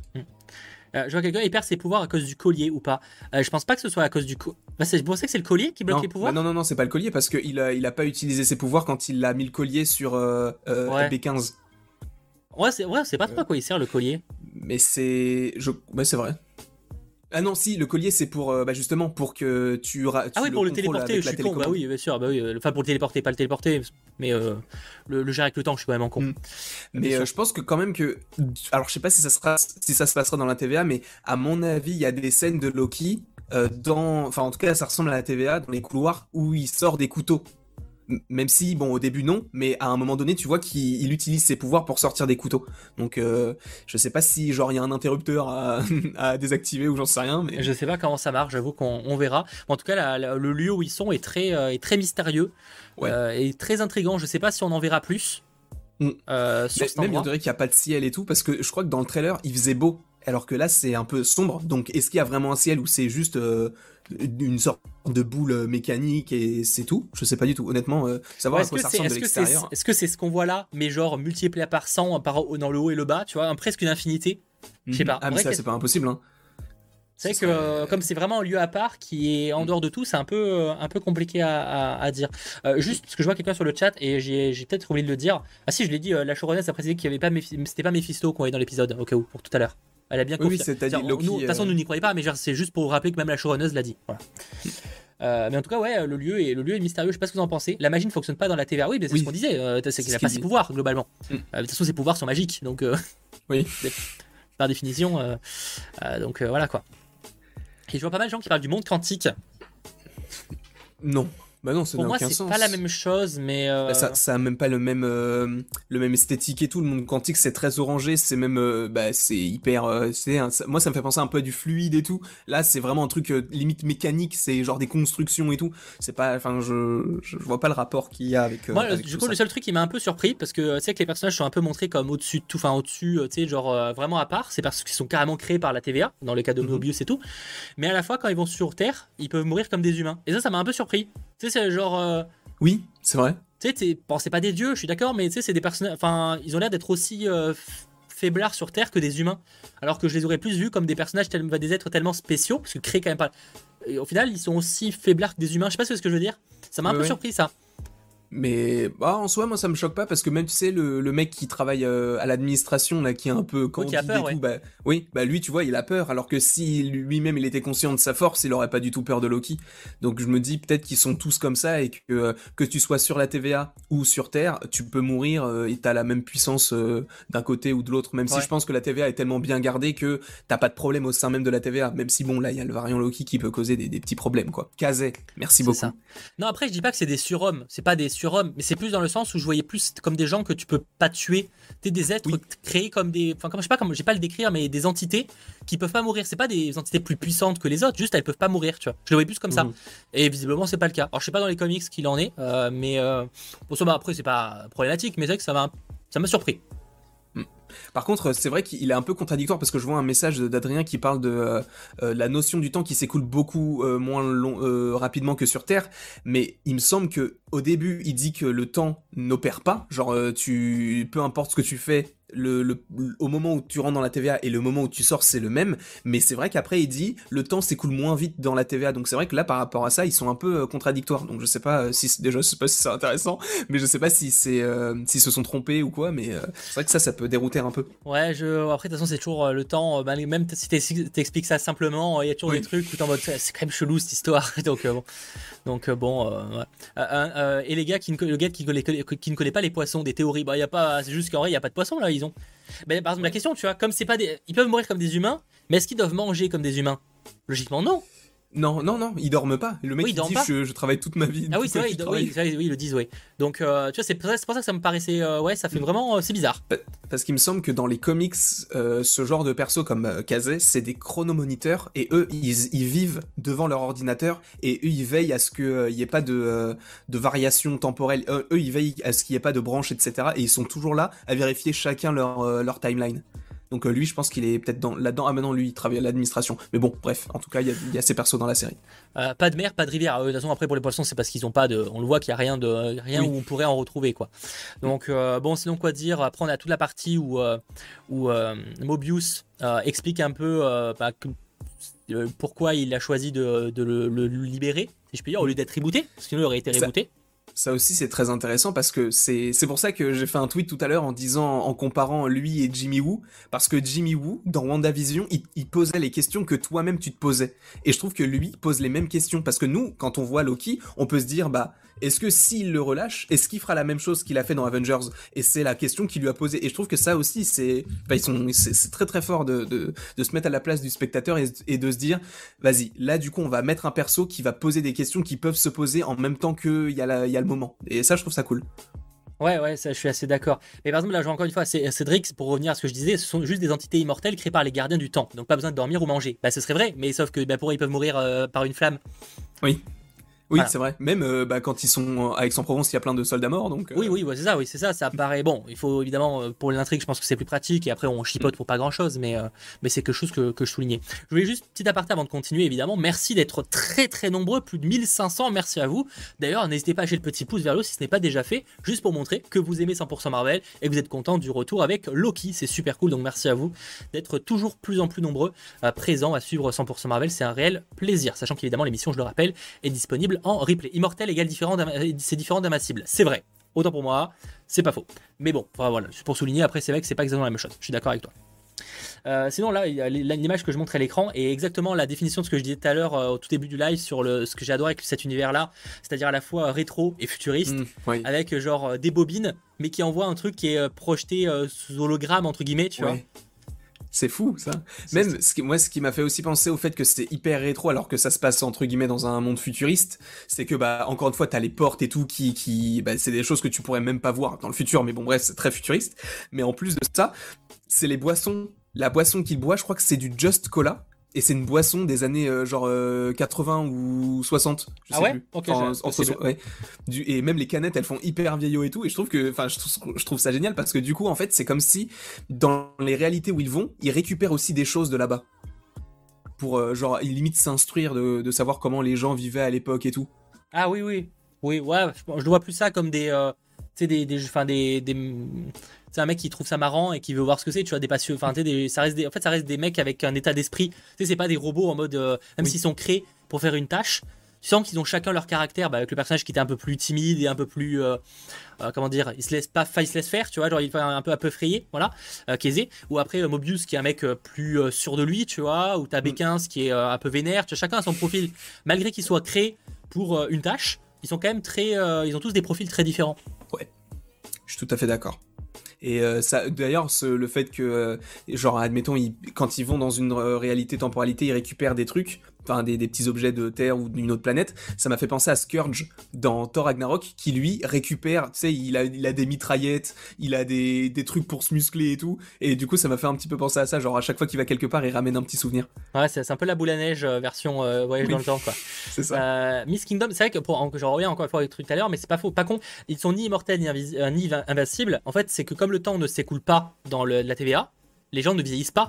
Euh, je vois quelqu'un, il perd ses pouvoirs à cause du collier ou pas. Euh, je pense pas que ce soit à cause du collier. Bah, c'est- je pensais que c'est le collier qui bloque Non, les pouvoirs. bah non, non, non, c'est pas le collier, parce qu'il a, il a pas utilisé ses pouvoirs quand il a mis le collier sur euh, euh, Ouais. B quinze. Ouais, c'est ouais, c'est pas trop à quoi il sert le collier. Mais c'est... Je... Ouais, c'est vrai. Ah non, si, le collier, c'est pour, euh, bah justement, pour que tu... ra- tu Ah oui, pour le contrôles téléporter, avec je la suis con. Bah télécommande. oui, bien sûr. Bah oui, euh, enfin pour le téléporter, pas le téléporter, mais euh, le, le gérer avec le temps, je suis quand même en con. Mm. Bien Mais sûr. euh, je pense que quand même que... Alors, je sais pas si ça, sera... si ça se passera dans la T V A, mais à mon avis, il y a des scènes de Loki euh, dans... Enfin, en tout cas, ça ressemble à la T V A, dans les couloirs, où il sort des couteaux. M- Même si, bon, au début, non, mais à un moment donné, tu vois qu'il il utilise ses pouvoirs pour sortir des couteaux. Donc, euh, je sais pas si, genre, il y a un interrupteur à, à désactiver ou j'en sais rien, mais... Je sais pas comment ça marche, j'avoue qu'on on verra. Mais en tout cas, la- la- le lieu où ils sont est très, euh, est très mystérieux Ouais. euh, et très intriguant. Je sais pas si on en verra plus Mm. euh, sur Mais cet même, on endroit. dirait qu'il n'y a pas de ciel et tout, parce que je crois que dans le trailer, il faisait beau. alors que là c'est un peu sombre. Donc est-ce qu'il y a vraiment un ciel ou c'est juste euh, une sorte de boule mécanique et c'est tout? Je sais pas du tout. Honnêtement, euh, savoir Ouais, à quoi ça c'est, ressemble de est-ce, que c'est, l'extérieur. est-ce que c'est ce qu'on voit là, mais genre multiplié par cent par, dans le haut et le bas, tu vois, un, presque une infinité? Je sais pas. Ah mais vrai, ça c'est pas impossible. Hein. C'est vrai Ce que serait... euh, comme c'est vraiment un lieu à part qui est en dehors de tout, c'est un peu, euh, un peu compliqué à, à, à dire. Euh, juste parce que je vois quelqu'un sur le chat et j'ai, j'ai peut-être oublié de le dire. Ah si, je l'ai dit, euh, la showrunner a précisé qu'il y avait pas, Méphi- c'était pas Mephisto qu'on voyait dans l'épisode, au cas où, pour tout à l'heure. Elle a bien Oui, confié. oui, c'est-à-dire Nous, Loki, de toute façon, euh, nous n'y croyons pas, mais genre, c'est juste pour rappeler que même la showrunner l'a dit. Voilà. Euh, mais en tout cas, ouais, le lieu est, le lieu est mystérieux. Je sais pas ce que vous en pensez. La magie ne fonctionne pas dans la T V A. Oui, mais c'est Oui. ce qu'on disait. Euh, c'est C'est qu'il ce a pas qu'il ses dit. pouvoirs globalement. Mm. Euh, de toute façon, ses pouvoirs sont magiques, donc euh, Oui. par définition. Euh, euh, donc euh, voilà quoi. Et je vois pas mal de gens qui parlent du monde quantique. Non. Bah non, ça Pour n'a moi, aucun c'est sens. pas la même chose, mais euh, Bah, ça, ça a même pas le même, euh, le même esthétique et tout. Le monde quantique, c'est très orangé, c'est même, euh, bah, c'est hyper, euh, c'est, un- ça- moi, ça me fait penser un peu à du fluide et tout. Là, c'est vraiment un truc euh, limite mécanique, c'est genre des constructions et tout. C'est pas, enfin, je, je vois pas le rapport qu'il y a avec. Euh, moi, avec du tout coup, ça. le seul truc qui m'a un peu surpris, parce que tu sais que les personnages sont un peu montrés comme au-dessus de tout, enfin au-dessus, euh, tu sais, genre euh, vraiment à part. C'est parce qu'ils sont carrément créés par la T V A, dans le cas de Mhm. Mobius et tout. Mais à la fois, quand ils vont sur Terre, ils peuvent mourir comme des humains. Et ça, ça m'a un peu surpris. Tu sais, c'est genre. euh, Oui, c'est vrai. Tu sais, t'es- bon, c'est pas des dieux, je suis d'accord, mais tu sais, c'est des personnages. Enfin, ils ont l'air d'être aussi euh, f- faiblards sur Terre que des humains. Alors que je les aurais plus vus comme des personnages, tellement, des êtres tellement spéciaux, parce que créés quand même pas. Et au final, ils sont aussi faiblards que des humains. Je sais pas si c'est ce que je veux dire. Ça m'a un Ouais, peu ouais. surpris ça. Mais bah, en soi, moi, ça me choque pas parce que même, tu sais, le, le mec qui travaille euh, à l'administration, là, qui est un peu candide qui a peur, et ouais. tout, bah, oui, bah lui, tu vois, il a peur. Alors que si lui-même, il était conscient de sa force, il aurait pas du tout peur de Loki. Donc je me dis peut-être qu'ils sont tous comme ça et que euh, que tu sois sur la T V A ou sur Terre, tu peux mourir euh, et t'as la même puissance euh, d'un côté ou de l'autre. Même Ouais. si je pense que la T V A est tellement bien gardée que t'as pas de problème au sein même de la T V A. Même si bon, là, il y a le variant Loki qui peut causer des, des petits problèmes, quoi. Kazé, merci C'est beaucoup. ça. Non, après, je dis pas que c'est des surhommes. C'est pas des surhommes, mais c'est plus dans le sens où je voyais plus comme des gens que tu peux pas tuer. T'es des êtres Oui. créés comme des. Enfin, comme je sais pas, comme j'ai pas à le décrire, mais des entités qui peuvent pas mourir. C'est pas des entités plus puissantes que les autres, juste elles peuvent pas mourir, tu vois. Je le voyais plus comme ça. Mhm. Et visiblement, c'est pas le cas. Alors, je sais pas dans les comics qu'il en est, euh, mais euh, pour ça, bah, après, c'est pas problématique, mais c'est vrai que ça m'a, ça m'a surpris. Par contre, c'est vrai qu'il est un peu contradictoire parce que je vois un message d'Adrien qui parle de euh, euh, la notion du temps qui s'écoule beaucoup euh, moins long, euh, rapidement que sur Terre, mais il me semble que au début, il dit que le temps n'opère pas, genre euh, tu, peu importe ce que tu fais, le, le, au moment où tu rentres dans la T V A et le moment où tu sors, c'est le même, mais c'est vrai qu'après il dit le temps s'écoule moins vite dans la T V A, donc c'est vrai que là par rapport à ça, ils sont un peu euh, contradictoires. Donc je sais pas euh, si c'est- déjà, je sais pas si c'est intéressant, mais je sais pas si c'est euh, s'ils se sont trompés ou quoi, mais euh, c'est vrai que ça, ça peut dérouter un peu. Ouais, je... après, de toute façon, c'est toujours euh, le temps. euh, bah, même t- si t'ex- t'expliques ça simplement, il y a toujours Oui. des trucs où t'es en mode c'est c'est quand même chelou cette histoire. Donc, euh, bon. Donc, euh, bon euh, ouais. Euh, euh, euh, et les gars qui ne, co- le gars qui, connaît- qui ne connaît pas les poissons, des théories, bah, y a pas, c'est juste qu'en vrai, il n'y a pas de poissons là, ils ont. Bah, par exemple, la question, tu vois, comme c'est pas des. Ils peuvent mourir comme des humains, mais est-ce qu'ils doivent manger comme des humains? Logiquement, non. Non, non, non, ils dorment pas. Le mec Oui, ils il dorment dit pas. je, je travaille toute ma vie. Ah oui, toute c'est ma vrai, vie, ils, je oui, travaille. c'est vrai, oui, ils le disent, oui. Donc, euh, tu vois, c'est pour ça c'est pour ça que ça me paraissait. euh, ouais, ça fait vraiment. euh, c'est bizarre. Pa- Parce qu'il me semble que dans les comics, euh, ce genre de perso comme euh, Kazé, c'est des chronomoniteurs et eux, ils, ils vivent devant leur ordinateur et eux, ils veillent à ce qu'il n'y ait pas de, euh, de variation temporelle. Euh, eux, ils veillent à ce qu'il n'y ait pas de branches, et cetera. Et ils sont toujours là à vérifier chacun leur, euh, leur timeline. Donc euh, lui, je pense qu'il est peut-être dans, là-dedans. Ah, maintenant, lui, il travaille à l'administration. Mais bon, bref, en tout cas, il y a, il y a ces persos dans la série. Euh, pas de mer, pas de rivière. Euh, de toute façon, après pour les poissons, c'est parce qu'ils ont pas de. On le voit qu'il y a rien de rien Oui. où on pourrait en retrouver quoi. Donc euh, bon, sinon quoi dire. Après, on a toute la partie où euh, où euh, Mobius euh, explique un peu euh, bah, que- euh, pourquoi il a choisi de, de le, le libérer, si je puis dire, au lieu d'être rebooté, parce que sinon il aurait été Ça- rebooté. Ça aussi, c'est très intéressant parce que c'est c'est pour ça que j'ai fait un tweet tout à l'heure en disant, en comparant lui et Jimmy Woo, parce que Jimmy Woo, dans WandaVision, il, il posait les questions que toi-même tu te posais. Et je trouve que lui pose les mêmes questions parce que nous, quand on voit Loki, on peut se dire, bah, est-ce que s'il le relâche, est-ce qu'il fera la même chose qu'il a fait dans Avengers? Et c'est la question qu'il lui a posée. Et je trouve que ça aussi, c'est, bah, ils sont, c'est c'est très très fort de, de, de se mettre à la place du spectateur et, et de se dire, vas-y, là du coup, on va mettre un perso qui va poser des questions qui peuvent se poser en même temps qu'il y a la, il y a le moment. Et ça, je trouve ça cool. Ouais, ouais, ça, je suis assez d'accord. Mais par exemple, là, je vois encore une fois, c'est Cédric, pour revenir à ce que je disais, ce sont juste des entités immortelles créées par les gardiens du temps. Donc pas besoin de dormir ou manger. Bah, ce serait vrai, mais sauf que bah, pour eux, ils peuvent mourir euh, par une flamme. Oui. Oui, Voilà. c'est vrai. Même euh, bah, quand ils sont à Aix-en-Provence, il y a plein de soldats morts, donc. euh, Oui, oui, ouais, c'est ça, oui, c'est ça, ça paraît bon. Il faut évidemment, euh, pour l'intrigue, je pense que c'est plus pratique, et après on chipote pour pas grand chose, mais, euh, mais c'est quelque chose que, que je soulignais. Je voulais juste, petit aparté avant de continuer, évidemment, merci d'être très très nombreux, plus de mille cinq cents, merci à vous. D'ailleurs, n'hésitez pas à lâcher le petit pouce vers le haut si ce n'est pas déjà fait, juste pour montrer que vous aimez cent pour cent Marvel et que vous êtes content du retour avec Loki, c'est super cool, donc merci à vous d'être toujours plus en plus nombreux euh, présents à suivre cent pour cent Marvel, c'est un réel plaisir, sachant qu'évidemment l'émission, je le rappelle, est disponible en replay. Immortel égale différent d'un- c'est différent de ma cible, c'est vrai. Autant pour moi, c'est pas faux. Mais bon, enfin, voilà, juste pour souligner, après c'est vrai que c'est pas exactement la même chose. Je suis d'accord avec toi. Euh, sinon là, il y a l'image que je montre à l'écran est exactement la définition de ce que je disais tout à l'heure euh, au tout début du live sur le, ce que j'ai adoré avec cet univers-là, c'est-à-dire à la fois rétro et futuriste, mm, oui. avec euh, genre euh, des bobines, mais qui envoie un truc qui est euh, projeté euh, sous hologramme entre guillemets, tu Ouais. vois. C'est fou ça. C'est- Même ce qui, moi, ce qui m'a fait aussi penser au fait que c'était hyper rétro alors que ça se passe entre guillemets dans un monde futuriste, c'est que bah encore une fois t'as les portes et tout qui, qui bah, c'est des choses que tu pourrais même pas voir dans le futur, mais bon bref c'est très futuriste. Mais en plus de ça, c'est les boissons. La boisson qu'il boit, je crois que c'est du Just Cola. Et c'est une boisson des années euh, genre euh, quatre-vingts ou soixante. Je Ah sais ouais plus. Ok, Enfin, j'ai- entre, possible. ouais. Du, et même les canettes, elles font hyper vieillot et tout. Et je trouve que, enfin, je, trouve- je trouve ça génial parce que du coup, en fait, c'est comme si dans les réalités où ils vont, ils récupèrent aussi des choses de là-bas. Pour euh, genre, ils limite s'instruire de, de savoir comment les gens vivaient à l'époque et tout. Ah oui, oui. Oui, ouais, je je vois plus ça comme des. Euh, tu sais, des. des, enfin, des, des c'est un mec qui trouve ça marrant et qui veut voir ce que c'est, tu vois, des passionnés. Enfin, tu sais, des, ça reste des, en fait, ça reste des mecs avec un état d'esprit. Tu sais, c'est pas des robots en mode. Euh, même Oui. s'ils sont créés pour faire une tâche, tu sens qu'ils ont chacun leur caractère. Bah, avec le personnage qui était un peu plus timide et un peu plus. Euh, euh, comment dire, il se laisse pas, enfin, il se laisse faire, tu vois, genre il fait un peu un peu effrayé, voilà, euh, Kézé. Ou après euh, Mobius qui est un mec euh, plus euh, sûr de lui, tu vois, ou t'as B quinze qui est euh, un peu vénère, tu vois, chacun a son profil, malgré qu'il soit créé pour euh, une tâche, ils sont quand même très, euh, ils ont tous des profils très différents. Ouais. Je suis tout à fait d'accord. Et euh, ça, d'ailleurs, ce- le fait que, euh, genre, admettons, ils- quand ils vont dans une euh, réalité, temporalité, ils récupèrent des trucs, enfin des, des petits objets de Terre ou d'une autre planète, ça m'a fait penser à Scourge dans Thor Ragnarok, qui lui récupère, tu sais, il a, il a des mitraillettes, il a des, des trucs pour se muscler et tout, et du coup, ça m'a fait un petit peu penser à ça, genre, à chaque fois qu'il va quelque part, il ramène un petit souvenir. Ouais, c'est c'est un peu la boule à neige euh, version euh, voyage Oui. dans le temps, quoi. C'est ça. Euh, Miss Kingdom, c'est vrai que pour, en- que je reviens encore une fois avec le truc tout à l'heure, mais c'est pas faux, pas con. Ils sont ni immortels ni, invis- euh, ni inv- invincibles. En fait, c'est que comme le temps ne s'écoule pas dans le- la T V A, les gens ne vieillissent pas.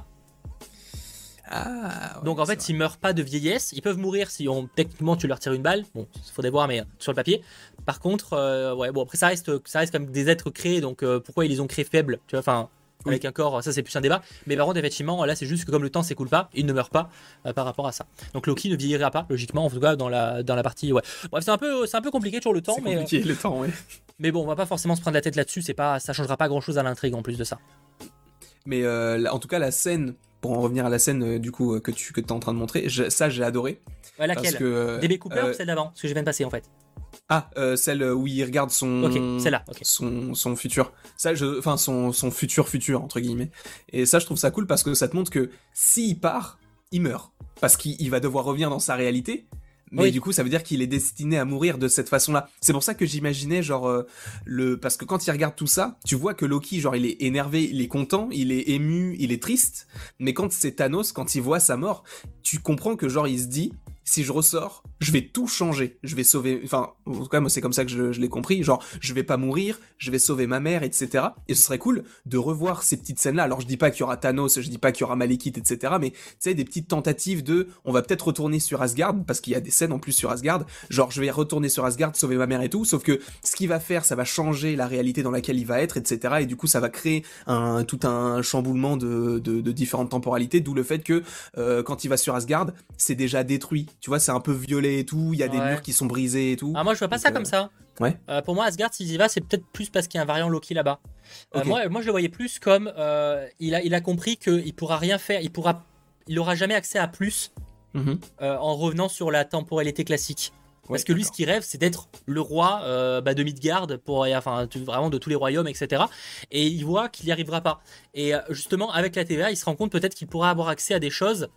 Ah, ouais, Donc en c'est fait, vrai. s'ils meurent pas de vieillesse, ils peuvent mourir si on techniquement tu leur tires une balle. Bon, il faudrait voir, mais euh, sur le papier. Par contre, euh, ouais, bon après ça reste, ça reste comme des êtres créés. Donc euh, pourquoi ils les ont créés faibles, tu vois, enfin. Oui. Avec un corps, ça c'est plus un débat. Mais par contre, effectivement, là c'est juste que comme le temps s'écoule pas, ils ne meurent pas euh, par rapport à ça. Donc Loki ne vieillira pas, logiquement, en tout cas dans la, dans la partie. Ouais. Bref, c'est un peu, c'est un peu compliqué toujours le temps, C'est mais, compliqué, le temps, ouais. mais bon, on va pas forcément se prendre la tête là-dessus. C'est pas, ça changera pas grand-chose à l'intrigue en plus de ça. Mais euh, là, en tout cas, la scène, pour en revenir à la scène euh, du coup euh, que tu que es en train de montrer, je- ça j'ai adoré. Ouais, Parce laquelle que, euh, D B Cooper euh, ou celle d'avant, ce que je viens de passer en fait. Ah, euh, celle où il regarde son. Ok, celle-là, ok. Son, son futur. Ça, je, enfin, son, son futur futur, entre guillemets. Et ça, je trouve ça cool parce que ça te montre que s'il part, il meurt. Parce qu'il il va devoir revenir dans sa réalité. Mais Oui. du coup, ça veut dire qu'il est destiné à mourir de cette façon-là. C'est pour ça que j'imaginais, genre, euh, le. Parce que quand il regarde tout ça, tu vois que Loki, genre, il est énervé, il est content, il est ému, il est triste. Mais quand c'est Thanos, quand il voit sa mort, tu comprends que, genre, il se dit. Si je ressors, je vais tout changer. Je vais sauver. Enfin, en tout cas, moi, c'est comme ça que je, je l'ai compris. Genre, je vais pas mourir, je vais sauver ma mère, et cetera. Et ce serait cool de revoir ces petites scènes-là. Alors, je dis pas qu'il y aura Thanos, je dis pas qu'il y aura Malekith, et cetera. Mais tu sais, des petites tentatives de. On va peut-être retourner sur Asgard, parce qu'il y a des scènes en plus sur Asgard. Genre, je vais retourner sur Asgard, sauver ma mère et tout. Sauf que ce qu'il va faire, ça va changer la réalité dans laquelle il va être, et cetera. Et du coup, ça va créer un, tout un chamboulement de, de, de différentes temporalités. D'où le fait que euh, quand il va sur Asgard, c'est déjà détruit. Tu vois, c'est un peu violet et tout, il y a des Ouais. murs qui sont brisés et tout. Ah, moi je vois pas Donc, ça euh, comme ça. ouais. Euh, pour moi, Asgard, s'il y va, c'est peut-être plus parce qu'il y a un variant Loki là-bas. Euh, Ok. moi, moi, je le voyais plus comme euh, il, a, il a compris qu'il pourra rien faire, il pourra, il aura jamais accès à plus Mhm. euh, en revenant sur la temporalité classique. Parce Ouais, que lui, d'accord. ce qu'il rêve, c'est d'être le roi euh, bah, de Midgard, pour, enfin, tu- vraiment de tous les royaumes, et cetera. Et il voit qu'il n'y arrivera pas. Et euh, justement, avec la T V A, il se rend compte peut-être qu'il pourra avoir accès à des choses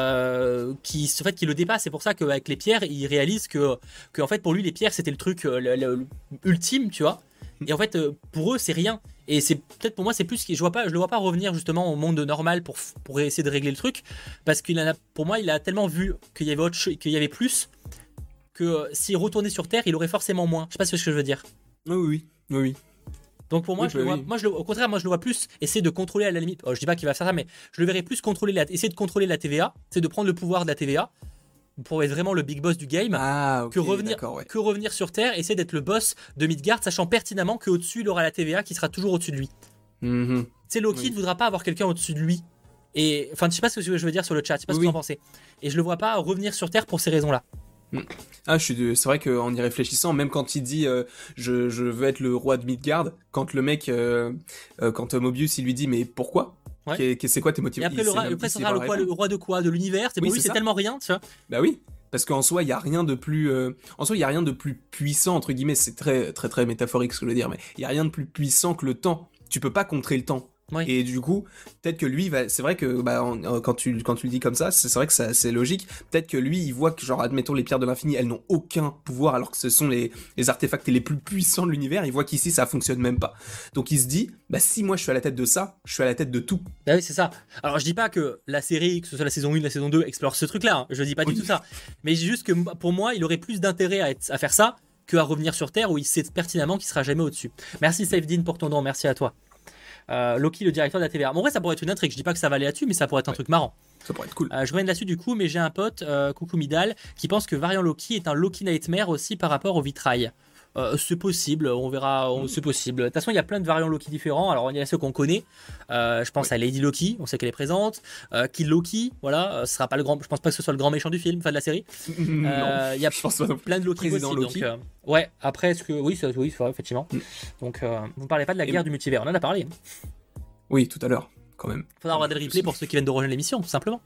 euh, qui, en fait, qui le dépassent. C'est pour ça qu'avec les pierres, il réalise que, que en fait, pour lui, les pierres, c'était le truc euh, le, le- le ultime, tu vois. Et en fait, euh, pour eux, c'est rien. Et c'est peut-être pour moi, c'est plus, je vois pas, je le vois pas revenir justement au monde normal pour pour essayer de régler le truc, parce qu'il en a, pour moi, il a tellement vu qu'il y avait autre, cho- qu'il y avait plus, que euh, s'il retournait sur Terre, il aurait forcément moins. Je sais pas ce que je veux dire. Oui, oui, oui. oui, oui. Donc pour moi, Oui, je le bah vois, oui. moi je le- au contraire, moi je le vois plus essayer de contrôler à la limite. Oh, je dis pas qu'il va faire ça, mais je le verrais plus contrôler la, essayer de contrôler la T V A, c'est de prendre le pouvoir de la T V A pour être vraiment le big boss du game. Ah, ok, que, revenir, d'accord, ouais. que revenir sur Terre, essayer d'être le boss de Midgard, sachant pertinemment qu'au-dessus, il aura la T V A qui sera toujours au-dessus de lui. Mhm. Tu sais, Loki Oui. ne voudra pas avoir quelqu'un au-dessus de lui. Et enfin, je sais pas ce que je veux dire sur le chat, je sais pas ce Oui. que vous en pensez. Et je le vois pas revenir sur Terre pour ces raisons-là. Ah, je suis de... c'est vrai qu'en y réfléchissant, même quand il dit euh, je, je veux être le roi de Midgard, quand le mec, euh, euh, quand euh, Mobius il lui dit mais pourquoi Ouais. Qu'est- qu'est- C'est quoi tes Et motivations après, le, ra- après ce sera le, roi- le roi de quoi? De l'univers? C'est Oui, pour lui, c'est c'est ça. tellement rien, tu vois. Bah oui, parce qu'en soi il y a rien de plus, euh, en soi il y a rien de plus puissant entre guillemets. C'est très très très métaphorique ce que je veux dire, mais il y a rien de plus puissant que le temps. Tu peux pas contrer le temps. Oui. Et du coup, peut-être que lui, va... c'est vrai que bah, en- en- quand, tu, quand tu le dis comme ça, c'est c'est vrai que ça- c'est logique. Peut-être que lui, il voit que, genre, admettons, les pierres de l'infini, elles n'ont aucun pouvoir, alors que ce sont les, les artefacts les plus puissants de l'univers. Il voit qu'ici, ça fonctionne même pas. Donc il se dit, bah si moi je suis à la tête de ça, je suis à la tête de tout. Bah oui, c'est ça. Alors, je dis pas que la série, que ce soit la saison un, la saison deux, explore ce truc-là. hein. Je dis pas du Oui. tout ça. Mais j'ai juste que m- pour moi, il aurait plus d'intérêt à, être- à faire ça qu'à revenir sur Terre où il sait pertinemment qu'il sera jamais au-dessus. Merci Safedin pour ton don, merci à toi. Euh, Loki, le directeur de la T V A. Bon, en vrai, ça pourrait être une intrigue. Je dis pas que ça va aller là-dessus, mais ça pourrait être un Ouais. truc marrant. Ça pourrait être cool. Euh, je reviens là-dessus du coup, mais j'ai un pote, euh, coucou Midal, qui pense que Variant Loki est un Loki Nightmare aussi par rapport au vitrail. Euh, c'est possible, on verra, on- c'est possible. De toute façon, il y a plein de variants Loki différents. Alors, il y a ceux qu'on connaît. Euh, je pense Ouais. à Lady Loki, on sait qu'elle est présente. Euh, Kill Loki, voilà, euh, ce sera pas le grand. Je pense pas que ce soit le grand méchant du film, enfin de la série. non, Euh, Il y a je pense pas non plus. plein de Loki Président possibles. Loki. Donc, euh, ouais, après, est-ce que. Oui, ça- oui, c'est vrai, effectivement. Mm. Donc, euh, vous ne parlez pas de la Et- guerre du multivers, on en a parlé. Oui, tout à l'heure, quand même. Faudra regarder le replay pour ceux qui viennent de rejoindre l'émission, tout simplement.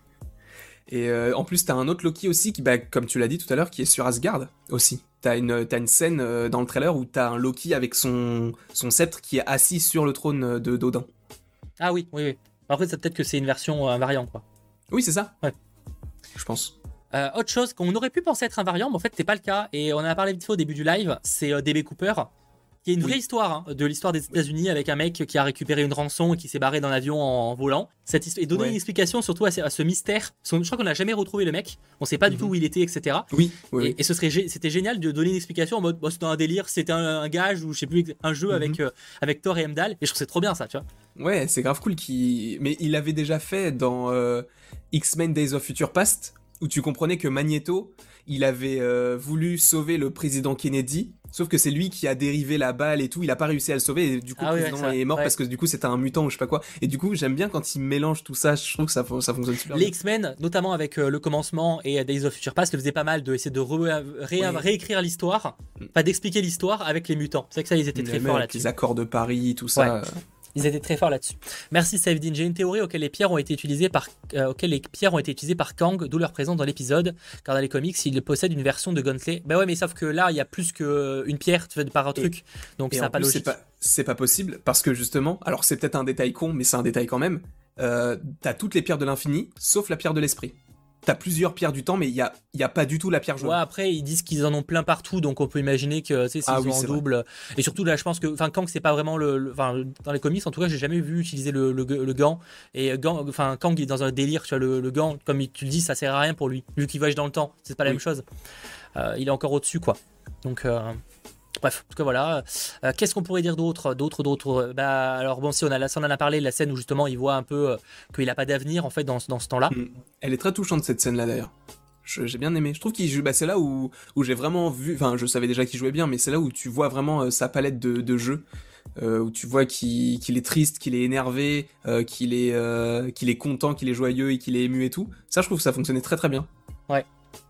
Et euh, en plus, t'as un autre Loki aussi, qui, bah, comme tu l'as dit tout à l'heure, qui est sur Asgard aussi. T'as une, t'as une scène euh, dans le trailer où t'as un Loki avec son, son sceptre qui est assis sur le trône euh, de d'Odin. Ah oui, oui, oui. Après, ça peut-être que c'est une version, euh, un variant, quoi. Oui, c'est ça. Ouais. Je pense. Euh, autre chose qu'on aurait pu penser être un variant, mais en fait, c'est pas le cas. Et on en a parlé vite fait au début du live, c'est euh, D B Cooper, qui est une vraie Oui. histoire hein, de l'histoire des États-Unis avec un mec qui a récupéré une rançon et qui s'est barré dans l'avion en, en volant. Cette histoire, et donner Ouais. une explication surtout à ce, à ce mystère. Parce que je crois qu'on n'a jamais retrouvé le mec, on sait pas du Mhm. tout où il était, et cetera. Oui, oui. Et, et ce serait, gé- c'était génial de donner une explication en mode bon, c'était un délire, c'était un, un gage ou je sais plus, un jeu Mhm. avec, euh, avec Thor et Heimdall. Et je trouve que c'est trop bien ça, tu vois. Ouais, c'est grave cool. Qui... Mais il l'avait déjà fait dans euh, X-Men Days of Future Past, où tu comprenais que Magneto, il avait euh, voulu sauver le président Kennedy, sauf que c'est lui qui a dérivé la balle et tout, il a pas réussi à le sauver, et du coup Ah le oui, président ouais, ça, est mort ouais. parce que du coup c'était un mutant ou je sais pas quoi. Et du coup, j'aime bien quand il mélange tout ça, je trouve que ça, ça fonctionne super Les bien. X-Men, notamment avec euh, le commencement et euh, Days of Future Past, le faisaient pas mal de essayer de re- ré- Oui. réécrire l'histoire, Mm. pas d'expliquer l'histoire avec les mutants. C'est vrai que ça, ils étaient très Même forts avec là-dessus. les accords de Paris, tout ça. euh, Ils étaient très forts là-dessus. Merci Savedin. J'ai une théorie auquel les pierres ont été utilisées par euh, auxquelles les pierres ont été utilisées par Kang, d'où leur présence dans l'épisode. Car dans les comics, il possède une version de Gauntlet. Bah ouais, mais sauf que là, il y a plus qu'une pierre tu fais par un truc, donc Et ça en n'a pas plus, c'est logique. pas, c'est pas possible parce que justement, alors c'est peut-être un détail con, mais c'est un détail quand même. Euh, t'as toutes les pierres de l'infini, sauf la pierre de l'esprit. T'as plusieurs pierres du temps, mais il y a, y a pas du tout la pierre jaune. Ouais, après ils disent qu'ils en ont plein partout, donc on peut imaginer que tu sais, s'ils Ah ont oui, en c'est vrai. double. Et surtout là, je pense que, enfin, Kang c'est pas vraiment le, le- enfin, dans les comics en tout cas, j'ai jamais vu utiliser le, le, le gant. Et gant, enfin, Kang il est dans un délire, tu vois, le, le gant, comme tu le dis, ça sert à rien pour lui, vu qu'il voyage dans le temps, c'est pas la Oui. même chose. Euh, il est encore au-dessus, quoi. Donc. Euh... Bref, en tout cas voilà. Euh, Qu'est-ce qu'on pourrait dire d'autre, d'autres, d'autres. Bah alors bon, si on a, ça, on en a parlé, la scène où justement il voit un peu euh, qu'il a pas d'avenir en fait dans, ce- dans ce temps-là. Mm. Elle est très touchante cette scène-là d'ailleurs. Je- J'ai bien aimé. Je trouve qu'il joue. Bah, c'est là où, où j'ai vraiment vu. Enfin, je savais déjà qu'il jouait bien, mais c'est là où tu vois vraiment euh, sa palette de, de jeux. Euh, où tu vois qu'il qu'il est triste, qu'il est énervé, euh, qu'il est, euh, qu'il est content, qu'il est joyeux et qu'il est ému et tout. Ça, je trouve que ça fonctionnait très très bien. Ouais.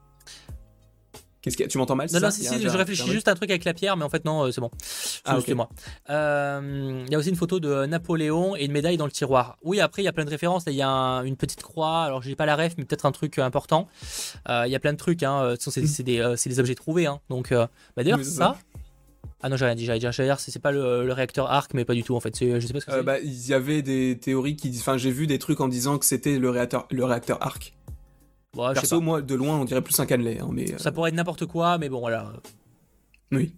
Qu'est-ce qu'il y a Tu m'entends mal c'est Non, ça non, si, Il y a- si, j'ai je un- réfléchis j'ai un- juste à un truc avec la pierre, mais en fait, non, euh, c'est bon. C'est Ah, juste ok. moi. Euh, Il y a aussi une photo de Napoléon et une médaille dans le tiroir. Oui, après, il y a plein de références. Il y a un- une petite croix. Alors, j'ai pas la ref, mais peut-être un truc euh, important. Euh, Il y a plein de trucs. Hein. De toute façon, C'est c'est des, euh, c'est des objets trouvés. Hein. Donc, euh, bah, d'ailleurs, Oui, c'est ça. ça. Ah non, j'ai rien dit. J'allais dire, j'allais dire, c'est c'est pas le, le réacteur arc, mais pas du tout en fait. C'est- Je sais pas ce que Euh, c'est. bah, il y avait des théories qui. Enfin, j'ai vu des trucs en disant que c'était le réacteur, le réacteur arc. Bon, je sais Perso, pas. moi, de loin, on dirait plus un cannelé. Hein, mais, euh, Ça pourrait être n'importe quoi, mais bon, voilà. oui.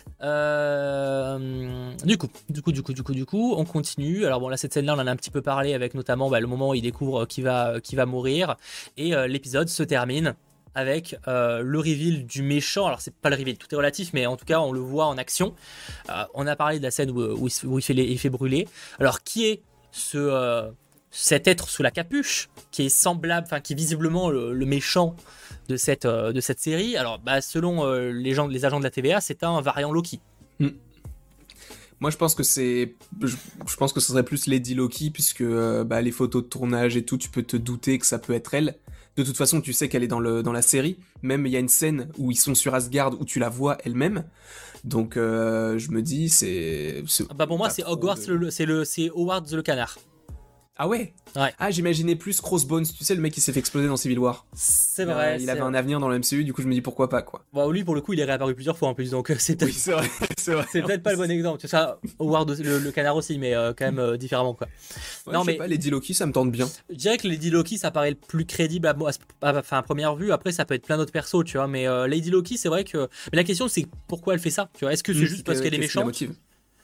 Euh, du coup, du coup, du coup, du coup, du coup, on continue. Alors bon, là, cette scène-là, on en a un petit peu parlé avec notamment bah, le moment où il découvre qui va, qui va mourir. Et euh, l'épisode se termine avec euh, le reveal du méchant. Alors c'est pas le reveal, tout est relatif, mais en tout cas on le voit en action. Euh, on a parlé de la scène où, où, il, où il, fait les, il fait brûler. Alors qui est ce euh, cet être sous la capuche qui est semblable, enfin qui est visiblement le, le méchant de cette euh, de cette série? Alors bah, selon euh, les gens, les agents de la T V A, c'est un variant Loki. Mm. Moi, je pense que c'est, je, je pense que ce serait plus Lady Loki, puisque euh, bah, les photos de tournage et tout, tu peux te douter que ça peut être elle. De toute façon, tu sais qu'elle est dans le dans la série. Même il y a une scène où ils sont sur Asgard où tu la vois elle-même. Donc, euh, je me dis, c'est. c'est bah pour moi, c'est Hogwarts, de... le, c'est le, c'est Howard le canard. Ah ouais, ouais. Ah, j'imaginais plus Crossbones, tu sais, le mec qui s'est fait exploser dans Civil War. C'est vrai. Il, il avait vrai. un avenir dans le M C U, du coup je me dis pourquoi pas, quoi. Bon, lui pour le coup il est réapparu plusieurs fois en plus, donc c'est peut-être, oui, c'est vrai, c'est, vrai. c'est peut-être pas le bon exemple. Ça, Howard le, le canard aussi, mais euh, quand même euh, différemment, quoi. Ouais, non, je sais mais pas, Lady Loki ça me tente bien. Je dirais que Lady Loki ça paraît le plus crédible à, à, à, à première vue. Après ça peut être plein d'autres persos, tu vois, mais euh, Lady Loki c'est vrai que. Mais la question c'est pourquoi elle fait ça, tu vois. Est-ce que c'est mmh, juste parce qu'elle est méchante? Motive.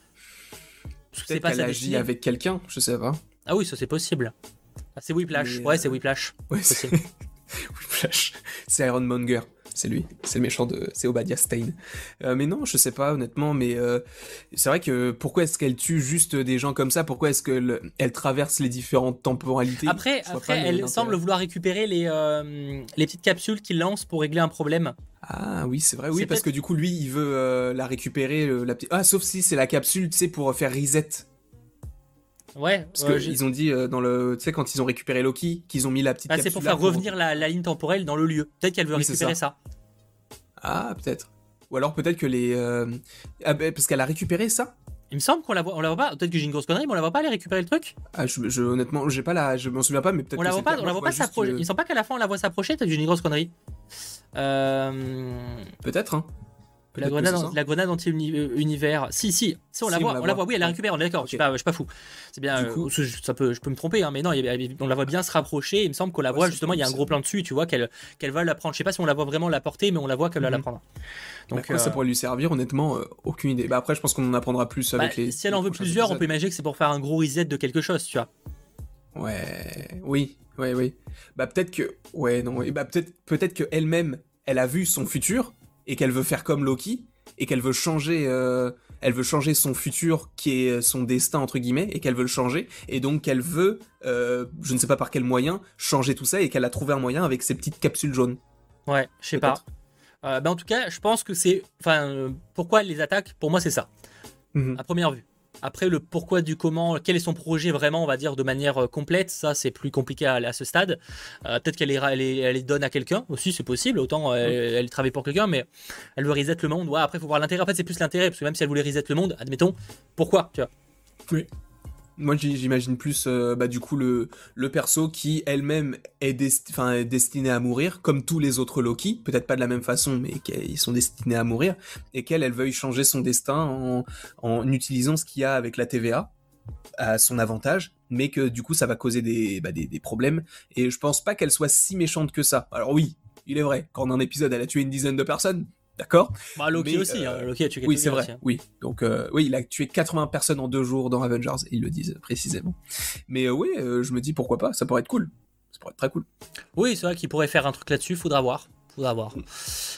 Parce que c'est pas qu'elle agit avec quelqu'un, je sais pas. Ah oui, ça c'est possible. Ah, c'est Whiplash, mais ouais, euh... c'est Whiplash. Ouais, c'est Whiplash. C'est Ironmonger, c'est lui, c'est le méchant de, c'est Obadiah Stane. Euh, mais non, je sais pas honnêtement, mais euh, c'est vrai que pourquoi est-ce qu'elle tue juste des gens comme ça? Pourquoi est-ce qu'elle elle traverse les différentes temporalités? Après, après, elle semble vouloir récupérer les euh, les petites capsules qu'il lance pour régler un problème. Ah oui, c'est vrai, oui, c'est parce peut-être... que du coup lui, il veut euh, la récupérer, euh, la petite. Ah, sauf si c'est la capsule, tu sais, pour faire reset. Ouais, parce euh, qu'ils ont dit euh, dans le, tu sais, quand ils ont récupéré Loki, qu'ils ont mis la petite. Ah, c'est pour faire pour... revenir la, la ligne temporelle dans le lieu. Peut-être qu'elle veut oui, récupérer ça. ça. Ah, peut-être. Ou alors peut-être que les, euh... ah, bah, parce qu'elle a récupéré ça. Il me semble qu'on la voit, on la voit pas. Peut-être que j'ai une grosse connerie, mais on la voit pas aller récupérer le truc. Ah, je, je honnêtement, j'ai pas la, je m'en souviens pas, mais peut-être. On que la voit pas, on la voit pas s'approcher. Que... Il me semble pas qu'à la fin on la voit s'approcher. Peut-être que j'ai une grosse connerie. Euh... Peut-être. Hein. La grenade, la grenade anti-univers. Si, si, si, on la si, voit, on la, on la voit. Oui, elle la récupère, on est d'accord, okay. je, suis pas, je suis pas fou. C'est bien, euh, coup, ça peut, je peux me tromper, hein, mais non, on la voit bien se rapprocher. Il me semble qu'on la ouais, voit, justement, il y a un gros plan dessus, tu vois, qu'elle, qu'elle va la prendre. Je sais pas si on la voit vraiment la porter, mais on la voit qu'elle mm-hmm. va la prendre. Donc, à quoi euh... ça pourrait lui servir, honnêtement, euh, aucune idée. Bah, après, je pense qu'on en apprendra plus avec bah, les. Si elle en veut plusieurs, épisodes. On peut imaginer que c'est pour faire un gros reset de quelque chose, tu vois. Ouais, oui, ouais, oui. Bah, peut-être que. Ouais, non, oui. Bah, peut-être, peut-être qu'elle-même, elle a vu son futur et qu'elle veut faire comme Loki. Et qu'elle veut changer, euh, elle veut changer son futur qui est son destin entre guillemets, et qu'elle veut le changer, et donc qu'elle veut, euh, je ne sais pas par quel moyen, changer tout ça, et qu'elle a trouvé un moyen avec ses petites capsules jaunes. Ouais, je sais pas. Euh, bah en tout cas, je pense que c'est, enfin, euh, pourquoi elle les attaque, pour moi c'est ça, mm-hmm. à première vue. Après, le pourquoi du comment, quel est son projet vraiment, on va dire, de manière euh, complète, ça c'est plus compliqué à, à ce stade. Euh, peut-être qu'elle les, elle les, elle les donne à quelqu'un aussi, c'est possible, autant elle, mm. elle travaille pour quelqu'un, mais elle veut reset le monde. Ouais, après, il faut voir l'intérêt. En fait, c'est plus l'intérêt, parce que même si elle voulait reset le monde, admettons, pourquoi, tu vois. Oui. Moi, j'imagine plus, euh, bah, du coup, le, le perso qui, elle-même, est, desti- est destiné à mourir, comme tous les autres Loki, peut-être pas de la même façon, mais qu'ils sont destinés à mourir, et qu'elle, elle veuille changer son destin en, en utilisant ce qu'il y a avec la T V A, à son avantage, mais que, du coup, ça va causer des, bah, des, des problèmes, et je pense pas qu'elle soit si méchante que ça. Alors oui, il est vrai, qu'en un épisode, elle a tué une dizaine de personnes, d'accord. Bah, Loki mais, aussi, euh, hein. Loki a tué quelques oui, c'est vrai. Aussi, hein. Oui, donc euh, oui, il a tué quatre-vingts personnes en deux jours dans Avengers, ils le disent précisément. Mais euh, oui, euh, je me dis pourquoi pas, ça pourrait être cool. Ça pourrait être très cool. Oui, c'est vrai qu'il pourrait faire un truc là-dessus, faudra voir. Faudra voir. Mm.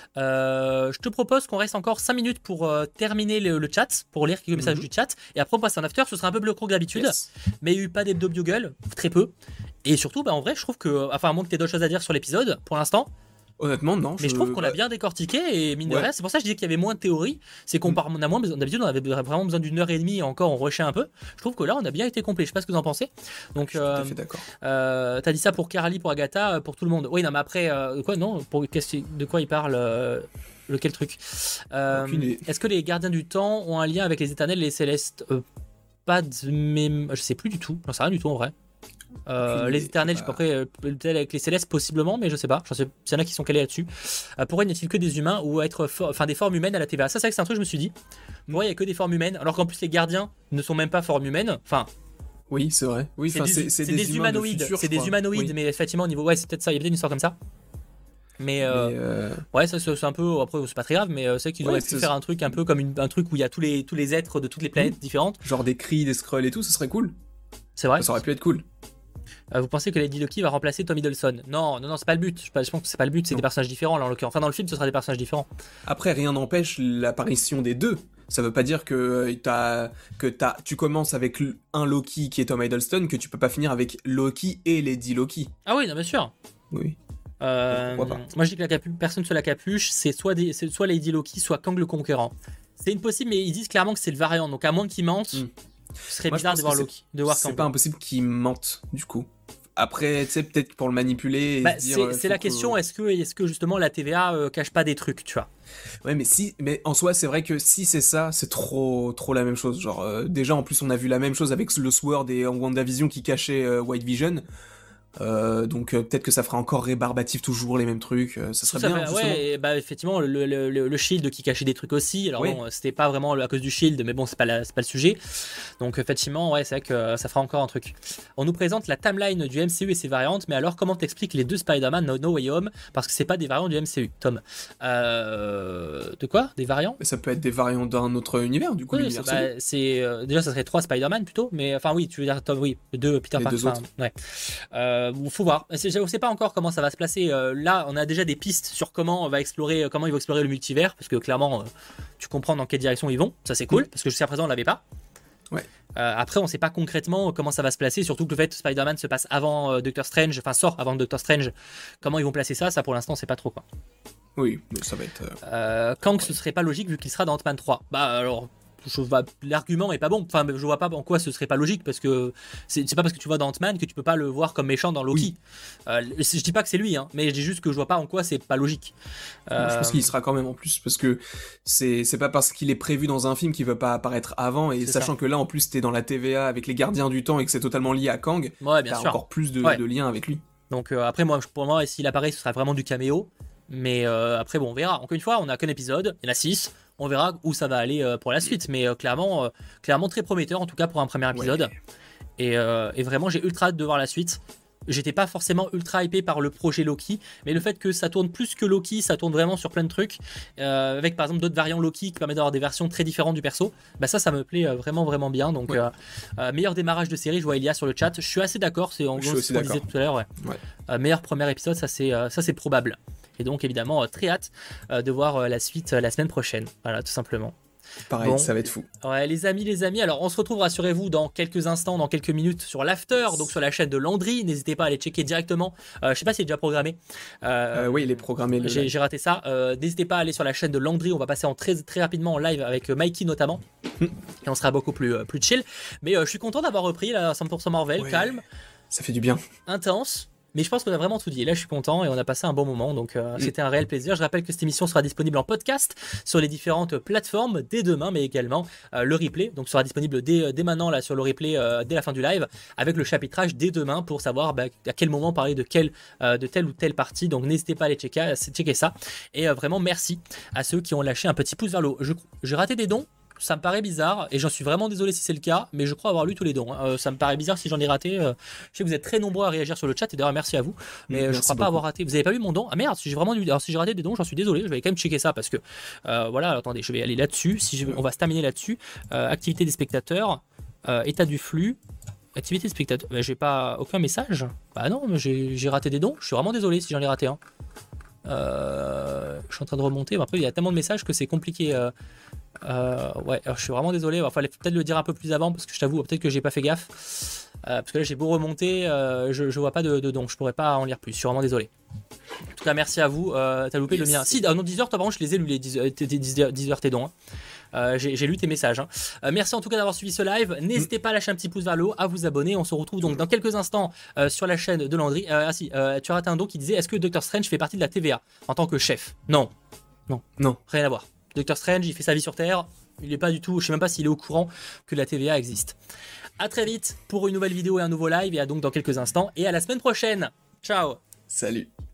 Euh, je te propose qu'on reste encore cinq minutes pour euh, terminer le, le chat, pour lire quelques messages mm-hmm. du chat, et après on passe en after. Ce sera un peu plus court que d'habitude, yes. mais il n'y a eu pas d'hebdo bugle, très peu. Et surtout, bah, en vrai, je trouve que, enfin, à moins que tu aies d'autres choses à dire sur l'épisode, pour l'instant. Honnêtement, non. Mais je, je trouve qu'on l'a bien décortiqué et mine de rien, c'est pour ça que je disais qu'il y avait moins de théorie. C'est qu'on part, on a moins besoin, d'habitude, on avait vraiment besoin d'une heure et demie et encore on rushait un peu. Je trouve que là, on a bien été complet. Je sais pas ce que vous en pensez. Donc, je suis euh, tout à fait d'accord. Euh, t'as dit ça pour Carly, pour Agatha, pour tout le monde. Oui, non, mais après, euh, quoi, non, pour, de quoi il parle euh, lequel truc euh, Est-ce que les gardiens du temps ont un lien avec les éternels et les célestes euh, Pas de même. Je sais plus du tout. J'en sais rien du tout en vrai. Euh, les éternels, je sais pas après, euh, peut-être avec les célestes possiblement, mais je sais pas. Je sais s'il y en a qui sont calés là-dessus. Euh, pourquoi n'y a-t-il que des humains ou être for- enfin des formes humaines à la T V A? Ça, c'est vrai que c'est un truc que je me suis dit. Pourquoi il y a que des formes humaines alors qu'en plus les gardiens ne sont même pas formes humaines? Enfin. Oui, c'est vrai. Oui, c'est, des, c'est, c'est des, des humanoïdes. Futur, c'est des humanoïdes, oui. Mais effectivement au niveau, ouais, c'est peut-être ça. Il y a peut-être une histoire comme ça. Mais, euh, mais euh... ouais, ça c'est, c'est un peu. Après, c'est pas très grave, mais euh, c'est qu'ils ouais, auraient pu faire un truc un peu comme une, un truc où il y a tous les tous les êtres de toutes les planètes mmh. différentes. Genre des cris, des Skrulls et tout, ce serait cool. C'est vrai. Ça aurait pu être cool. Euh, vous pensez que Lady Loki va remplacer Tom Hiddleston? Non, non, non, c'est pas le but. Je pense que c'est pas le but, c'est Non. des personnages différents là en l'occurrence. Enfin, dans le film, ce sera des personnages différents. Après, rien n'empêche l'apparition des deux. Ça veut pas dire que, euh, t'as, que t'as, tu commences avec l- un Loki qui est Tom Hiddleston, que tu peux pas finir avec Loki et Lady Loki. Ah oui, non, bien sûr. Oui. Euh, Pourquoi pas. moi, je dis que la capu- personne sous la capuche, c'est soit, des- c'est soit Lady Loki, soit Kang le Conquérant. C'est impossible, mais ils disent clairement que c'est le variant. Donc, à moins qu'ils mentent, Mm. ce serait Moi, je bizarre pense de voir que Loki, de voir C'est Kang. pas impossible qu'ils mentent, du coup. Après, tu sais, peut-être pour le manipuler. Et Bah, se dire, c'est euh, c'est faut la que- question, est-ce que, est que justement la T V A euh, cache pas des trucs, tu vois? Ouais, mais si, mais en soi, c'est vrai que si c'est ça, c'est trop, trop la même chose. Genre, euh, déjà, en plus, on a vu la même chose avec le Sword et en WandaVision qui cachait euh, White Vision. Euh, donc euh, peut-être que ça fera encore rébarbatif toujours les mêmes trucs. euh, ça serait Ça bien. fait- justement. ouais, et bah effectivement, le, le, le, le Shield qui cachait des trucs aussi. Alors Oui. bon, c'était pas vraiment à cause du Shield, mais bon, c'est pas, la- c'est pas le sujet. Donc effectivement, ouais, c'est vrai que euh, ça fera encore un truc. On nous présente la timeline du M C U et ses variantes, mais alors comment t'expliques les deux Spider-Man No, No Way Home? Parce que c'est pas des variants du M C U, Tom. Euh, de quoi? Des variants? Mais ça peut être des variants d'un autre univers, du coup. Oui, l'univers c'est, solo. bah, c'est, euh, déjà ça serait trois Spider-Man plutôt, mais enfin oui, tu veux dire Tom, oui, deux Peter Les Parker. deux enfin, ouais. Euh, bon, faut voir. C'est- Je sais pas encore comment ça va se placer. Euh, là, on a déjà des pistes sur comment on va explorer, comment ils vont explorer le multivers, parce que clairement, euh, tu comprends dans quelle direction ils vont. Ça c'est cool, parce que jusqu'à présent on l'avait pas. Ouais. Euh, après, on sait pas concrètement comment ça va se placer, surtout que le fait que Spider-Man se passe avant euh, Doctor Strange, enfin sort avant Doctor Strange. Comment ils vont placer ça, ça pour l'instant, c'est pas trop quoi. Oui, mais ça va être. euh, Euh, Kang, ce serait pas logique vu qu'il sera dans Ant-Man trois. Bah alors, je vois- l'argument est pas bon. Enfin, je vois pas en quoi ce serait pas logique parce que c'est c'est pas parce que tu vois dans Ant-Man que tu peux pas le voir comme méchant dans Loki. Oui. Euh, je dis pas que c'est lui, hein, mais je dis juste que je vois pas en quoi c'est pas logique. Moi, je pense Euh, qu'il y sera quand même en plus parce que c'est c'est pas parce qu'il est prévu dans un film qu'il va pas apparaître avant et C'est sachant que là en plus t'es dans la T V A avec les Gardiens du Temps et que c'est totalement lié à Kang, Ouais, bien t'as sûr. encore plus de, Ouais. de liens avec lui. Donc euh, après, moi, pour moi, s'il apparaît, ce sera vraiment du caméo. Mais euh, après, bon, on verra. Encore une fois, on a qu'un épisode, il y en a six. On verra où ça va aller euh, pour la suite. Mais euh, clairement, euh, clairement très prometteur, en tout cas pour un premier épisode. Ouais. Et, euh, et vraiment, j'ai ultra hâte de voir la suite. J'étais pas forcément ultra hypé par le projet Loki, mais le fait que ça tourne plus que Loki, ça tourne vraiment sur plein de trucs, euh, avec par exemple d'autres variants Loki qui permettent d'avoir des versions très différentes du perso, bah ça, ça me plaît euh, vraiment vraiment bien. Donc, Ouais. euh, euh, meilleur démarrage de série, je vois Elia sur le chat. Je suis assez d'accord, c'est en Je suis gros aussi ce qu'on disait d'accord. tout à l'heure. Ouais. Ouais. Euh, meilleur premier épisode, ça c'est euh, ça c'est probable. Et donc évidemment, euh, très hâte euh, de voir euh, la suite euh, la semaine prochaine. Voilà, tout simplement. Pareil, Bon. ça va être fou. Ouais, les amis, les amis, alors on se retrouve, rassurez-vous, dans quelques instants, dans quelques minutes sur l'after, donc sur la chaîne de Landry. N'hésitez pas à aller checker directement. Euh, je sais pas s'il est déjà programmé. Euh, Euh, oui, il est programmé. Le j'ai, live. j'ai raté ça. Euh, n'hésitez pas à aller sur la chaîne de Landry. On va passer en très, très rapidement en live avec euh, Mikey notamment. Et on sera beaucoup plus, euh, plus chill. Mais euh, je suis content d'avoir repris la cent pour cent Marvel, Ouais. calme, Ça fait du bien. intense. Mais je pense qu'on a vraiment tout dit. Là, je suis content et on a passé un bon moment. Donc, euh, Mm. c'était un réel plaisir. Je rappelle que cette émission sera disponible en podcast sur les différentes plateformes dès demain, mais également euh, le replay. Donc, sera disponible dès, dès maintenant là sur le replay euh, dès la fin du live, avec le chapitrage dès demain pour savoir bah, à quel moment parler de quelle euh, de telle ou telle partie. Donc, n'hésitez pas à aller checker, à checker ça. Et euh, vraiment, merci à ceux qui ont lâché un petit pouce vers le haut. Je- J'ai raté des dons. Ça me paraît bizarre et j'en suis vraiment désolé si c'est le cas, mais je crois avoir lu tous les dons. hein. Euh, ça me paraît bizarre si j'en ai raté. euh, je sais que vous êtes très nombreux à réagir sur le chat et d'ailleurs merci à vous, mais euh, je Merci crois pas beaucoup. avoir raté. Vous avez pas vu mon don? Ah merde, si j'ai vraiment dû... Alors si j'ai raté des dons, j'en suis désolé. Je vais quand même checker ça parce que euh, voilà. Alors, attendez, je vais aller là-dessus. Si je- on va se terminer là-dessus. Euh, activité des spectateurs, euh, état du flux. Activité des spectateurs. Mais j'ai pas aucun message. Bah non, mais j'ai j'ai raté des dons. Je suis vraiment désolé si j'en ai raté un. Euh, je suis en train de remonter. Mais après, il y a tellement de messages que c'est compliqué. Euh, euh, ouais, alors je suis vraiment désolé. Il fallait peut-être le dire un peu plus avant parce que je t'avoue, peut-être que j'ai pas fait gaffe. Euh, parce que là, j'ai beau remonter, euh, je, je vois pas de, de dons. Je pourrais pas en lire plus. Je suis vraiment désolé. En tout cas, merci à vous. Euh, T'as loupé Yes. le mien. Si, ah non, dix heures, toi, par contre, je les ai lus, les dix heures tes dons. Hein. Euh, j'ai j'ai lu tes messages. Hein. Euh, merci en tout cas d'avoir suivi ce live. N'hésitez pas à lâcher un petit pouce vers le haut, à vous abonner. On se retrouve donc dans quelques instants euh, sur la chaîne de Landry. Euh, ah si, euh, tu as raté un don qui disait est-ce que Doctor Strange fait partie de la T V A en tant que chef? Non. Non. Non. Rien à voir. Doctor Strange, il fait sa vie sur Terre. Il est pas du tout, je sais même pas s'il est au courant que la T V A existe. À très vite pour une nouvelle vidéo et un nouveau live. Et à donc dans quelques instants. Et à la semaine prochaine. Ciao. Salut.